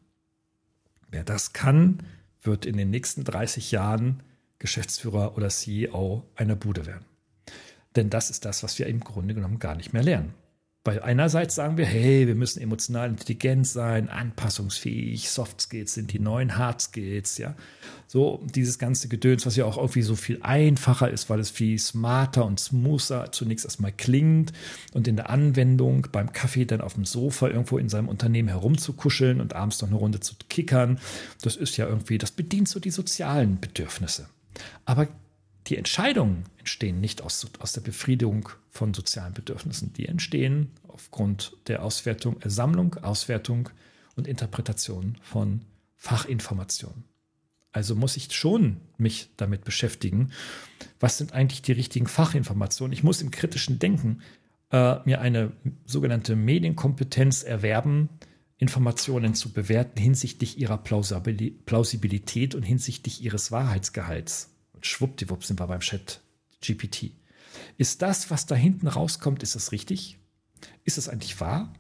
Wer das kann, wird in den nächsten dreißig Jahren Geschäftsführer oder C E O einer Bude werden. Denn das ist das, was wir im Grunde genommen gar nicht mehr lernen. Weil einerseits sagen wir, hey, wir müssen emotional intelligent sein, anpassungsfähig, Soft Skills sind die neuen Hard Skills, ja. So dieses ganze Gedöns, was ja auch irgendwie so viel einfacher ist, weil es viel smarter und smoother zunächst erstmal klingt und in der Anwendung beim Kaffee dann auf dem Sofa irgendwo in seinem Unternehmen herumzukuscheln und abends noch eine Runde zu kickern, das ist ja irgendwie, das bedient so die sozialen Bedürfnisse. Aber die Entscheidungen entstehen nicht aus, aus der Befriedigung von sozialen Bedürfnissen. Die entstehen aufgrund der Auswertung, äh, Sammlung, Auswertung und Interpretation von Fachinformationen. Also muss ich schon mich damit beschäftigen, was sind eigentlich die richtigen Fachinformationen. Ich muss im kritischen Denken äh, mir eine sogenannte Medienkompetenz erwerben, Informationen zu bewerten hinsichtlich ihrer Plausibilität und hinsichtlich ihres Wahrheitsgehalts. Schwuppdiwupp sind wir beim Chat G P T. Ist das, was da hinten rauskommt, ist das richtig? Ist es eigentlich wahr?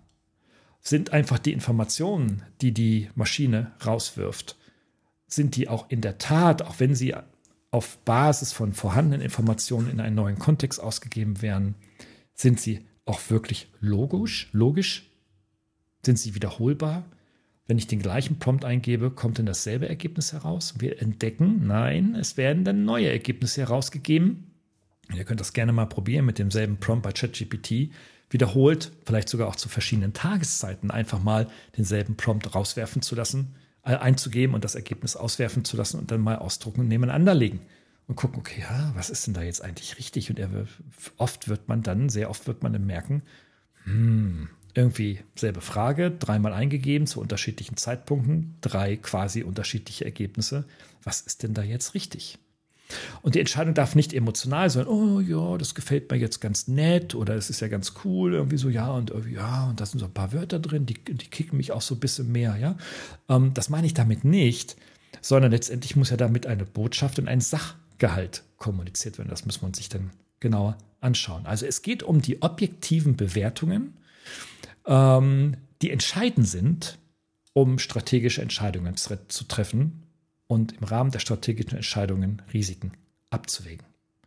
Sind einfach die Informationen, die die Maschine rauswirft, sind die auch in der Tat, auch wenn sie auf Basis von vorhandenen Informationen in einen neuen Kontext ausgegeben werden, sind sie auch wirklich logisch? Logisch? Sind sie wiederholbar? Wenn ich den gleichen Prompt eingebe, kommt dann dasselbe Ergebnis heraus. Wir entdecken, nein, es werden dann neue Ergebnisse herausgegeben. Ihr könnt das gerne mal probieren mit demselben Prompt bei ChatGPT. Wiederholt, vielleicht sogar auch zu verschiedenen Tageszeiten, einfach mal denselben Prompt rauswerfen zu lassen, äh, einzugeben und das Ergebnis auswerfen zu lassen und dann mal ausdrucken und nebeneinander legen. Und gucken, okay, ja, was ist denn da jetzt eigentlich richtig? Und er, oft wird man dann, sehr oft wird man dann merken, hm, irgendwie selbe Frage, dreimal eingegeben zu unterschiedlichen Zeitpunkten, drei quasi unterschiedliche Ergebnisse. Was ist denn da jetzt richtig? Und die Entscheidung darf nicht emotional sein, oh ja, das gefällt mir jetzt ganz nett oder es ist ja ganz cool, irgendwie so, ja, und irgendwie, ja, und da sind so ein paar Wörter drin, die, die kicken mich auch so ein bisschen mehr, ja. Ähm, das meine ich damit nicht, sondern letztendlich muss ja damit eine Botschaft und ein Sachgehalt kommuniziert werden. Das muss man sich dann genauer anschauen. Also es geht um die objektiven Bewertungen, die entscheidend sind, um strategische Entscheidungen zu treffen und im Rahmen der strategischen Entscheidungen Risiken abzuwägen.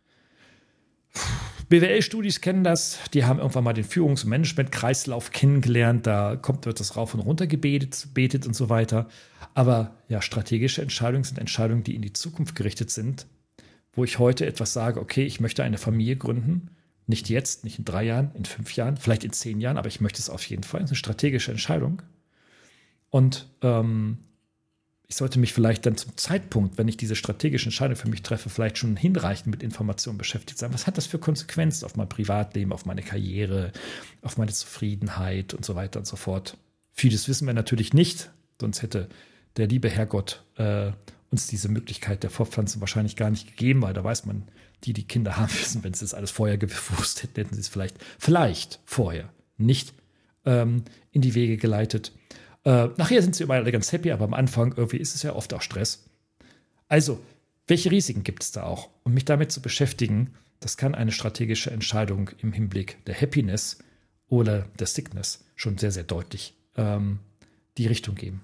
B W L-Studis kennen das, die haben irgendwann mal den Führungs- und Management-Kreislauf kennengelernt, da kommt, wird das rauf und runter gebetet, betet und so weiter. Aber ja, strategische Entscheidungen sind Entscheidungen, die in die Zukunft gerichtet sind, wo ich heute etwas sage, okay, ich möchte eine Familie gründen. Nicht jetzt, nicht in drei Jahren, in fünf Jahren, vielleicht in zehn Jahren, aber ich möchte es auf jeden Fall. Das ist eine strategische Entscheidung. Und ähm, ich sollte mich vielleicht dann zum Zeitpunkt, wenn ich diese strategische Entscheidung für mich treffe, vielleicht schon hinreichend mit Informationen beschäftigt sein. Was hat das für Konsequenzen auf mein Privatleben, auf meine Karriere, auf meine Zufriedenheit und so weiter und so fort? Vieles wissen wir natürlich nicht, sonst hätte der liebe Herrgott äh, uns diese Möglichkeit der Fortpflanzung wahrscheinlich gar nicht gegeben, weil da weiß man, die, die Kinder haben wissen, wenn sie das alles vorher gewusst hätten, hätten sie es vielleicht, vielleicht vorher nicht ähm, in die Wege geleitet. Äh, nachher sind sie immer alle ganz happy, aber am Anfang irgendwie ist es ja oft auch Stress. Also, welche Risiken gibt es da auch? Um mich damit zu beschäftigen, das kann eine strategische Entscheidung im Hinblick der Happiness oder der Sickness schon sehr, sehr deutlich ähm, die Richtung geben.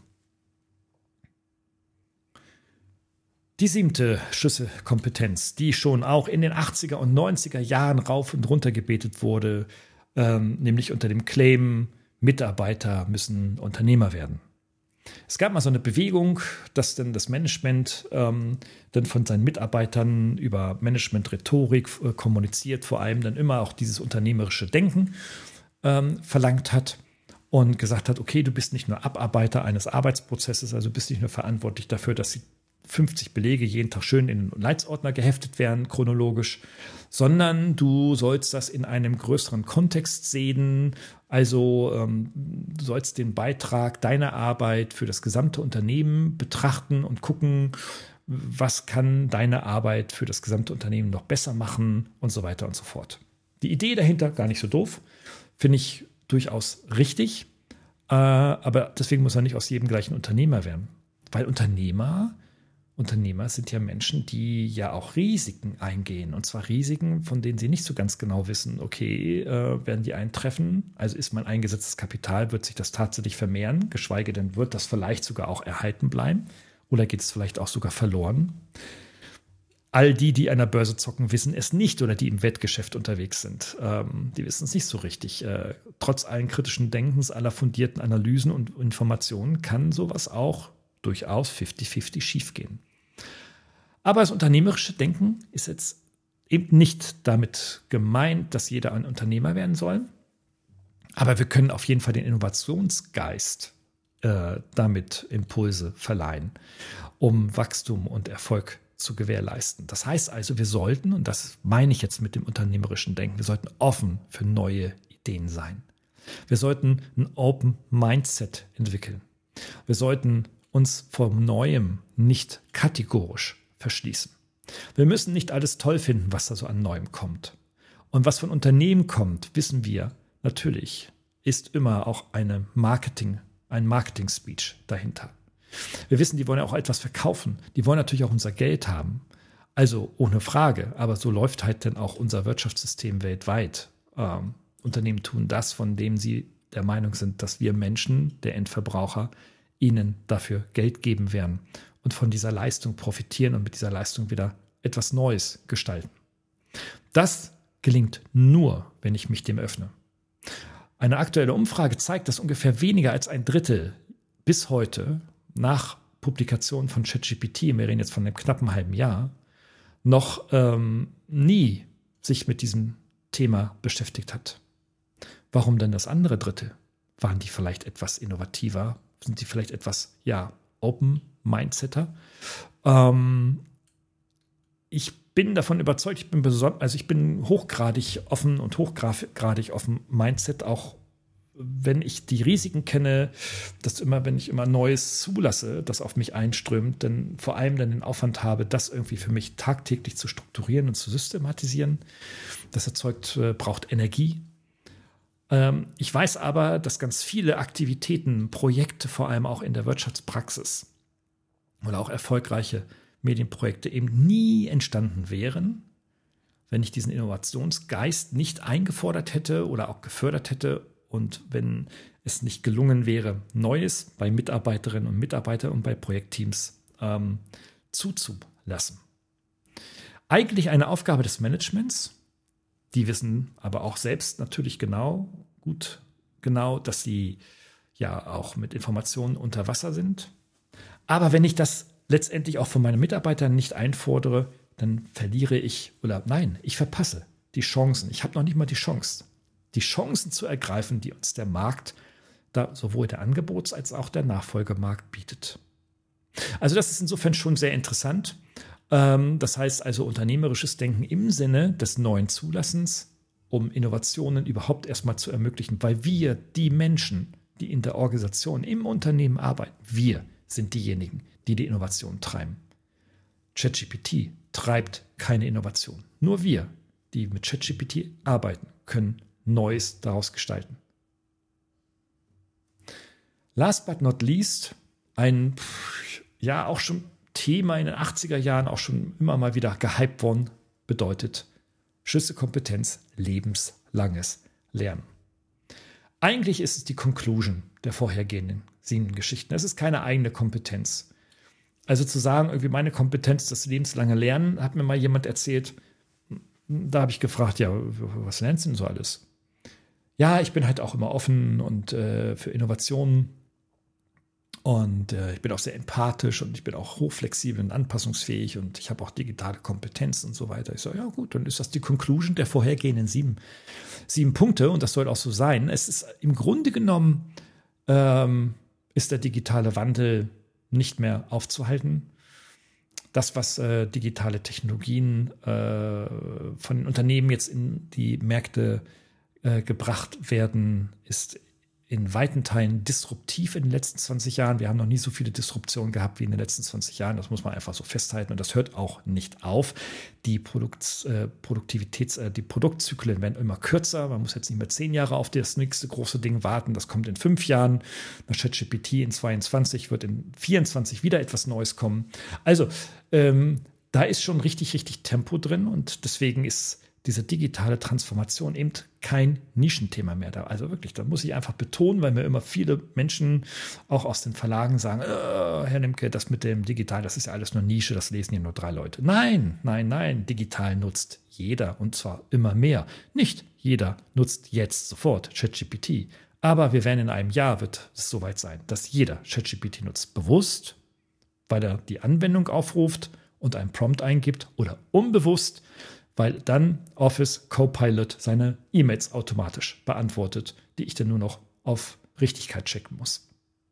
Die siebte Schlüsselkompetenz, die schon auch in den achtziger und neunziger Jahren rauf und runter gebetet wurde, ähm, nämlich unter dem Claim, Mitarbeiter müssen Unternehmer werden. Es gab mal so eine Bewegung, dass dann das Management ähm, dann von seinen Mitarbeitern über Management-Rhetorik äh, kommuniziert, vor allem dann immer auch dieses unternehmerische Denken ähm, verlangt hat und gesagt hat, okay, du bist nicht nur Abarbeiter eines Arbeitsprozesses, also bist nicht nur verantwortlich dafür, dass die fünfzig Belege jeden Tag schön in den Leitsordner geheftet werden, chronologisch, sondern du sollst das in einem größeren Kontext sehen. Also ähm, du sollst den Beitrag deiner Arbeit für das gesamte Unternehmen betrachten und gucken, was kann deine Arbeit für das gesamte Unternehmen noch besser machen und so weiter und so fort. Die Idee dahinter gar nicht so doof, finde ich durchaus richtig, äh, aber deswegen muss man nicht aus jedem gleich ein Unternehmer werden, weil Unternehmer Unternehmer sind ja Menschen, die ja auch Risiken eingehen. Und zwar Risiken, von denen sie nicht so ganz genau wissen, okay, äh, werden die eintreffen? Also ist mein eingesetztes Kapital, wird sich das tatsächlich vermehren? Geschweige denn, wird das vielleicht sogar auch erhalten bleiben? Oder geht es vielleicht auch sogar verloren? All die, die an der Börse zocken, wissen es nicht oder die im Wettgeschäft unterwegs sind. Ähm, die wissen es nicht so richtig. Äh, trotz allen kritischen Denkens, aller fundierten Analysen und Informationen kann sowas auch durchaus fünfzig fünfzig schiefgehen. Aber das unternehmerische Denken ist jetzt eben nicht damit gemeint, dass jeder ein Unternehmer werden soll. Aber wir können auf jeden Fall den Innovationsgeist äh, damit Impulse verleihen, um Wachstum und Erfolg zu gewährleisten. Das heißt also, wir sollten, und das meine ich jetzt mit dem unternehmerischen Denken, wir sollten offen für neue Ideen sein. Wir sollten ein Open Mindset entwickeln. Wir sollten uns vor Neuem nicht kategorisch verschließen. Wir müssen nicht alles toll finden, was da so an Neuem kommt. Und was von Unternehmen kommt, wissen wir natürlich, ist immer auch eine Marketing, ein Marketing-Speech dahinter. Wir wissen, die wollen ja auch etwas verkaufen. Die wollen natürlich auch unser Geld haben. Also ohne Frage. Aber so läuft halt dann auch unser Wirtschaftssystem weltweit. Ähm, Unternehmen tun das, von dem sie der Meinung sind, dass wir Menschen, der Endverbraucher, ihnen dafür Geld geben werden und von dieser Leistung profitieren und mit dieser Leistung wieder etwas Neues gestalten. Das gelingt nur, wenn ich mich dem öffne. Eine aktuelle Umfrage zeigt, dass ungefähr weniger als ein Drittel bis heute nach Publikation von ChatGPT, wir reden jetzt von einem knappen halben Jahr, noch ähm, nie sich mit diesem Thema beschäftigt hat. Warum denn das andere Drittel? Waren die vielleicht etwas innovativer? Sind die vielleicht etwas, ja, Open-Mindsetter? Ähm, ich bin davon überzeugt, ich bin beson- also ich bin hochgradig offen und hochgradig offen Mindset, auch wenn ich die Risiken kenne, dass immer, wenn ich immer Neues zulasse, das auf mich einströmt, dann vor allem dann den Aufwand habe, das irgendwie für mich tagtäglich zu strukturieren und zu systematisieren. Das erzeugt, äh, braucht Energie. Ähm, ich weiß aber, dass ganz viele Aktivitäten, Projekte, vor allem auch in der Wirtschaftspraxis oder auch erfolgreiche Medienprojekte eben nie entstanden wären, wenn ich diesen Innovationsgeist nicht eingefordert hätte oder auch gefördert hätte und wenn es nicht gelungen wäre, Neues bei Mitarbeiterinnen und Mitarbeitern und bei Projektteams ähm, zuzulassen. Eigentlich eine Aufgabe des Managements. Die wissen aber auch selbst natürlich genau, gut genau, dass sie ja auch mit Informationen unter Wasser sind. Aber wenn ich das letztendlich auch von meinen Mitarbeitern nicht einfordere, dann verliere ich, oder nein, ich verpasse die Chancen. Ich habe noch nicht mal die Chance, die Chancen zu ergreifen, die uns der Markt, da sowohl der Angebots- als auch der Nachfolgemarkt bietet. Also das ist insofern schon sehr interessant. Ähm, das heißt also unternehmerisches Denken im Sinne des neuen Zulassens, um Innovationen überhaupt erstmal zu ermöglichen, weil wir, die Menschen, die in der Organisation, im Unternehmen arbeiten, wir sind diejenigen, die die Innovation treiben. ChatGPT treibt keine Innovation. Nur wir, die mit ChatGPT arbeiten, können Neues daraus gestalten. Last but not least, ein ja auch schon Thema in den achtziger Jahren, auch schon immer mal wieder gehypt worden, bedeutet Schlüsselkompetenz, lebenslanges Lernen. Eigentlich ist es die Conclusion der vorhergehenden sieben Geschichten. Es ist keine eigene Kompetenz. Also zu sagen, irgendwie meine Kompetenz, das lebenslange Lernen, hat mir mal jemand erzählt, da habe ich gefragt, ja, was lernst du denn so alles? Ja, ich bin halt auch immer offen und äh, für Innovationen und äh, ich bin auch sehr empathisch und ich bin auch hochflexibel und anpassungsfähig und ich habe auch digitale Kompetenz und so weiter. Ich sage, ja gut, dann ist das die Conclusion der vorhergehenden sieben, sieben Punkte und das soll auch so sein. Es ist im Grunde genommen, ähm, ist der digitale Wandel nicht mehr aufzuhalten. Das, was äh, digitale Technologien äh, von den Unternehmen jetzt in die Märkte äh, gebracht werden, ist in weiten Teilen disruptiv in den letzten zwanzig Jahren. Wir haben noch nie so viele Disruptionen gehabt wie in den letzten zwanzig Jahren. Das muss man einfach so festhalten und das hört auch nicht auf. Die Produkt, äh, Produktivitäts, äh, die Produktzyklen werden immer kürzer. Man muss jetzt nicht mehr zehn Jahre auf das nächste große Ding warten. Das kommt in fünf Jahren. Nach ChatGPT in zweiundzwanzig wird in vierundzwanzig wieder etwas Neues kommen. Also ähm, da ist schon richtig, richtig Tempo drin und deswegen ist diese digitale Transformation eben kein Nischenthema mehr da. Also wirklich, da muss ich einfach betonen, weil mir immer viele Menschen auch aus den Verlagen sagen, äh, Herr Nimke, das mit dem Digital, das ist ja alles nur Nische, das lesen ja nur drei Leute. Nein, nein, nein, digital nutzt jeder und zwar immer mehr. Nicht jeder nutzt jetzt sofort ChatGPT, aber wir werden in einem Jahr, wird es soweit sein, dass jeder ChatGPT nutzt, bewusst, weil er die Anwendung aufruft und einen Prompt eingibt oder unbewusst, weil dann Office Copilot seine E-Mails automatisch beantwortet, die ich dann nur noch auf Richtigkeit checken muss.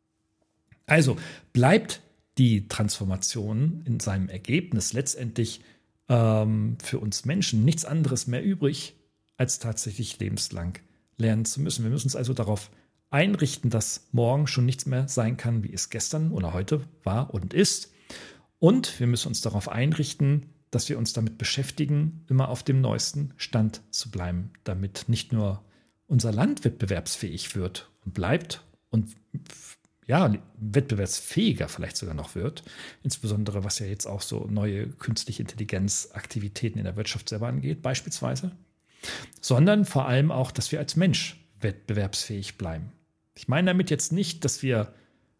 Also bleibt die Transformation in seinem Ergebnis letztendlich ähm, für uns Menschen nichts anderes mehr übrig, als tatsächlich lebenslang lernen zu müssen. Wir müssen uns also darauf einrichten, dass morgen schon nichts mehr sein kann, wie es gestern oder heute war und ist. Und wir müssen uns darauf einrichten, dass wir uns damit beschäftigen, immer auf dem neuesten Stand zu bleiben, damit nicht nur unser Land wettbewerbsfähig wird und bleibt und ja, wettbewerbsfähiger vielleicht sogar noch wird, insbesondere was ja jetzt auch so neue künstliche Intelligenz-Aktivitäten in der Wirtschaft selber angeht, beispielsweise, sondern vor allem auch, dass wir als Mensch wettbewerbsfähig bleiben. Ich meine damit jetzt nicht, dass wir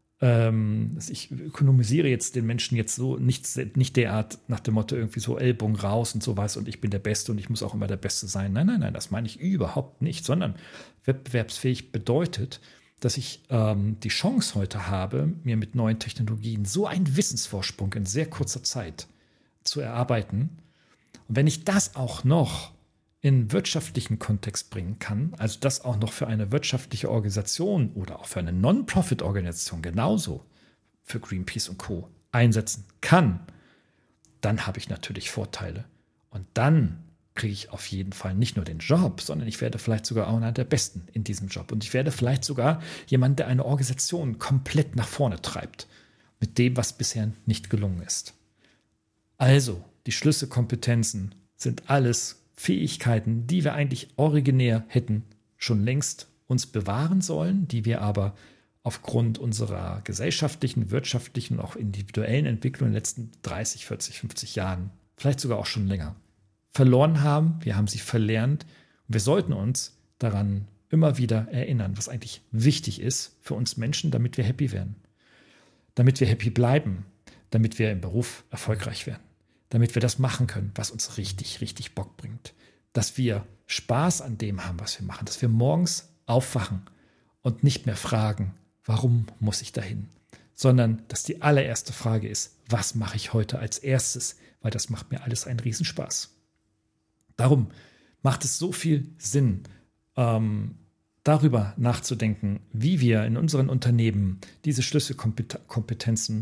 ich ökonomisiere jetzt den Menschen jetzt so nicht, nicht derart nach dem Motto irgendwie so Ellbogen raus und sowas und ich bin der Beste und ich muss auch immer der Beste sein. Nein, nein, nein, das meine ich überhaupt nicht, sondern wettbewerbsfähig bedeutet, dass ich ähm, die Chance heute habe, mir mit neuen Technologien so einen Wissensvorsprung in sehr kurzer Zeit zu erarbeiten. Und wenn ich das auch noch in wirtschaftlichen Kontext bringen kann, also das auch noch für eine wirtschaftliche Organisation oder auch für eine Non-Profit-Organisation genauso für Greenpeace und Co. einsetzen kann, dann habe ich natürlich Vorteile. Und dann kriege ich auf jeden Fall nicht nur den Job, sondern ich werde vielleicht sogar auch einer der Besten in diesem Job. Und ich werde vielleicht sogar jemand, der eine Organisation komplett nach vorne treibt, mit dem, was bisher nicht gelungen ist. Also, die Schlüsselkompetenzen sind alles Fähigkeiten, die wir eigentlich originär hätten schon längst uns bewahren sollen, die wir aber aufgrund unserer gesellschaftlichen, wirtschaftlichen und auch individuellen Entwicklung in den letzten dreißig, vierzig, fünfzig Jahren, vielleicht sogar auch schon länger, verloren haben. Wir haben sie verlernt und wir sollten uns daran immer wieder erinnern, was eigentlich wichtig ist für uns Menschen, damit wir happy werden, damit wir happy bleiben, damit wir im Beruf erfolgreich werden, damit wir das machen können, was uns richtig, richtig Bock bringt. Dass wir Spaß an dem haben, was wir machen. Dass wir morgens aufwachen und nicht mehr fragen, warum muss ich dahin? Sondern, dass die allererste Frage ist, was mache ich heute als erstes? Weil das macht mir alles einen Riesenspaß. Darum macht es so viel Sinn, ähm, darüber nachzudenken, wie wir in unseren Unternehmen diese Schlüsselkompetenzen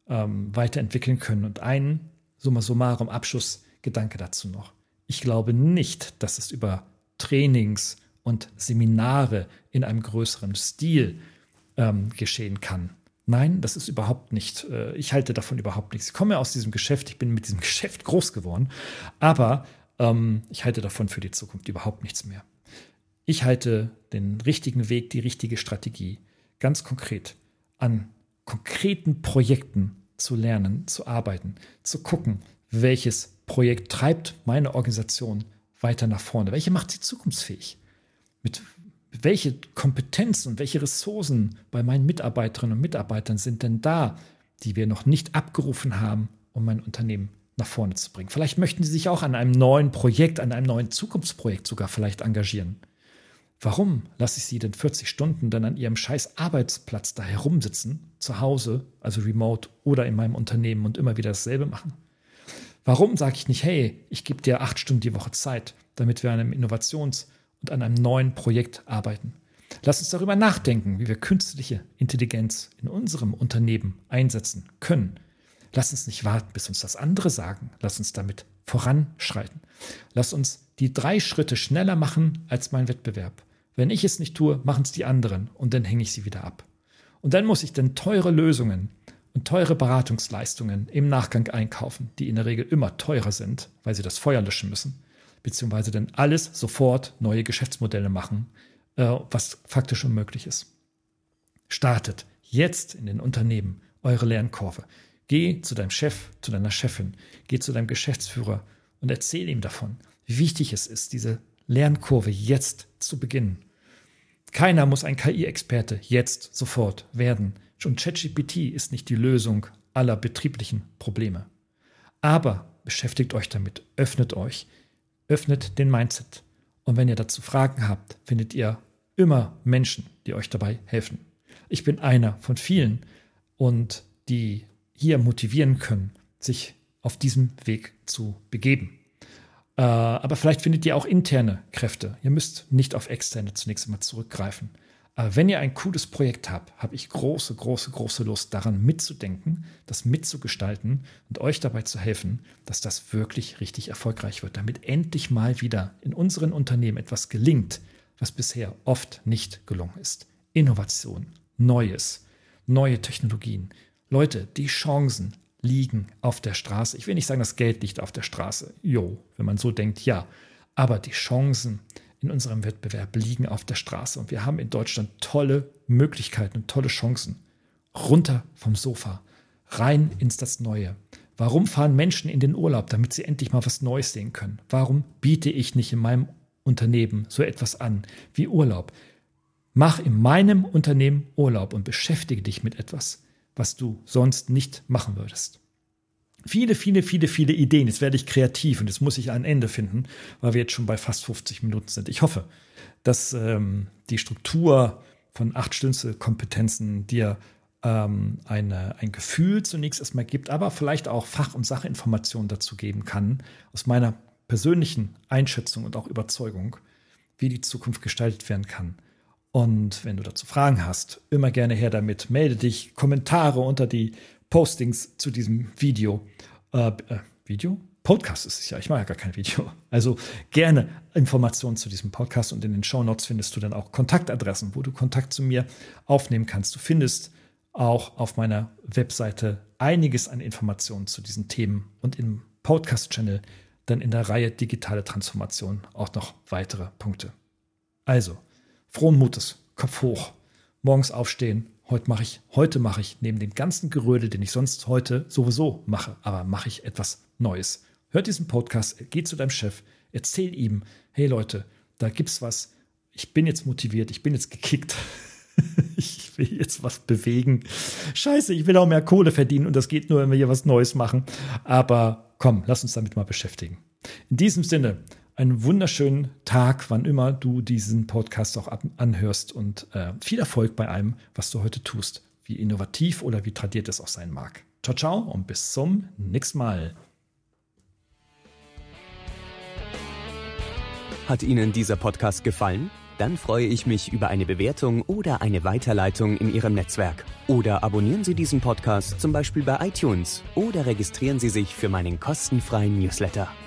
ähm, weiterentwickeln können. Und ein summa summarum Abschlussgedanke dazu noch. Ich glaube nicht, dass es über Trainings und Seminare in einem größeren Stil ähm, geschehen kann. Nein, das ist überhaupt nicht, äh, ich halte davon überhaupt nichts. Ich komme aus diesem Geschäft, ich bin mit diesem Geschäft groß geworden, aber ähm, ich halte davon für die Zukunft überhaupt nichts mehr. Ich halte den richtigen Weg, die richtige Strategie, ganz konkret an konkreten Projekten zu lernen, zu arbeiten, zu gucken, welches Projekt treibt meine Organisation weiter nach vorne, welche macht sie zukunftsfähig, mit welche Kompetenzen und welche Ressourcen bei meinen Mitarbeiterinnen und Mitarbeitern sind denn da, die wir noch nicht abgerufen haben, um mein Unternehmen nach vorne zu bringen. Vielleicht möchten Sie sich auch an einem neuen Projekt, an einem neuen Zukunftsprojekt sogar vielleicht engagieren. Warum lasse ich Sie denn vierzig Stunden dann an Ihrem scheiß Arbeitsplatz da herumsitzen, zu Hause, also remote oder in meinem Unternehmen und immer wieder dasselbe machen? Warum sage ich nicht, hey, ich gebe dir acht Stunden die Woche Zeit, damit wir an einem Innovations- und an einem neuen Projekt arbeiten? Lass uns darüber nachdenken, wie wir künstliche Intelligenz in unserem Unternehmen einsetzen können. Lass uns nicht warten, bis uns das andere sagen. Lass uns damit voranschreiten. Lass uns die drei Schritte schneller machen als mein Wettbewerb. Wenn ich es nicht tue, machen es die anderen und dann hänge ich sie wieder ab. Und dann muss ich dann teure Lösungen und teure Beratungsleistungen im Nachgang einkaufen, die in der Regel immer teurer sind, weil sie das Feuer löschen müssen, beziehungsweise dann alles sofort neue Geschäftsmodelle machen, äh, was faktisch unmöglich ist. Startet jetzt in den Unternehmen eure Lernkurve. Geh zu deinem Chef, zu deiner Chefin, geh zu deinem Geschäftsführer und erzähl ihm davon, wie wichtig es ist, diese Lernkurve jetzt zu beginnen. Keiner muss ein K I-Experte jetzt sofort werden. Und ChatGPT ist nicht die Lösung aller betrieblichen Probleme. Aber beschäftigt euch damit, öffnet euch, öffnet den Mindset. Und wenn ihr dazu Fragen habt, findet ihr immer Menschen, die euch dabei helfen. Ich bin einer von vielen und die hier motivieren können, sich auf diesem Weg zu begeben. Äh, aber vielleicht findet ihr auch interne Kräfte. Ihr müsst nicht auf externe zunächst einmal zurückgreifen. Aber wenn ihr ein cooles Projekt habt, habe ich große, große, große Lust daran mitzudenken, das mitzugestalten und euch dabei zu helfen, dass das wirklich richtig erfolgreich wird, damit endlich mal wieder in unseren Unternehmen etwas gelingt, was bisher oft nicht gelungen ist. Innovation, Neues, neue Technologien. Leute, die Chancen liegen auf der Straße. Ich will nicht sagen, das Geld liegt auf der Straße. Jo, wenn man so denkt, ja. Aber die Chancen in unserem Wettbewerb liegen auf der Straße. Und wir haben in Deutschland tolle Möglichkeiten und tolle Chancen. Runter vom Sofa, rein ins das Neue. Warum fahren Menschen in den Urlaub, damit sie endlich mal was Neues sehen können? Warum biete ich nicht in meinem Unternehmen so etwas an wie Urlaub? Mach in meinem Unternehmen Urlaub und beschäftige dich mit etwas, was du sonst nicht machen würdest. Viele, viele, viele, viele Ideen. Jetzt werde ich kreativ und jetzt muss ich ein Ende finden, weil wir jetzt schon bei fast fünfzig Minuten sind. Ich hoffe, dass ähm, die Struktur von acht Schlüsselkompetenzen dir ähm, eine, ein Gefühl zunächst erstmal gibt, aber vielleicht auch Fach- und Sachinformationen dazu geben kann, aus meiner persönlichen Einschätzung und auch Überzeugung, wie die Zukunft gestaltet werden kann. Und wenn du dazu Fragen hast, immer gerne her damit. Melde dich, Kommentare unter die Postings zu diesem Video. Äh, äh, Video? Podcast ist es ja, ich mache ja gar kein Video. Also gerne Informationen zu diesem Podcast und in den Shownotes findest du dann auch Kontaktadressen, wo du Kontakt zu mir aufnehmen kannst. Du findest auch auf meiner Webseite einiges an Informationen zu diesen Themen und im Podcast-Channel dann in der Reihe Digitale Transformation auch noch weitere Punkte. Also, frohen Mutes, Kopf hoch, morgens aufstehen. Heute mache ich, heute mache ich neben dem ganzen Gerödel, den ich sonst heute sowieso mache, aber mache ich etwas Neues. Hört diesen Podcast, geh zu deinem Chef, erzähl ihm, hey Leute, da gibt's was. Ich bin jetzt motiviert, ich bin jetzt gekickt. Ich will jetzt was bewegen. Scheiße, ich will auch mehr Kohle verdienen und das geht nur, wenn wir hier was Neues machen. Aber komm, lass uns damit mal beschäftigen. In diesem Sinne, einen wunderschönen Tag, wann immer du diesen Podcast auch anhörst und äh, viel Erfolg bei allem, was du heute tust, wie innovativ oder wie tradiert es auch sein mag. Ciao, ciao und bis zum nächsten Mal. Hat Ihnen dieser Podcast gefallen? Dann freue ich mich über eine Bewertung oder eine Weiterleitung in Ihrem Netzwerk. Oder abonnieren Sie diesen Podcast zum Beispiel bei iTunes oder registrieren Sie sich für meinen kostenfreien Newsletter.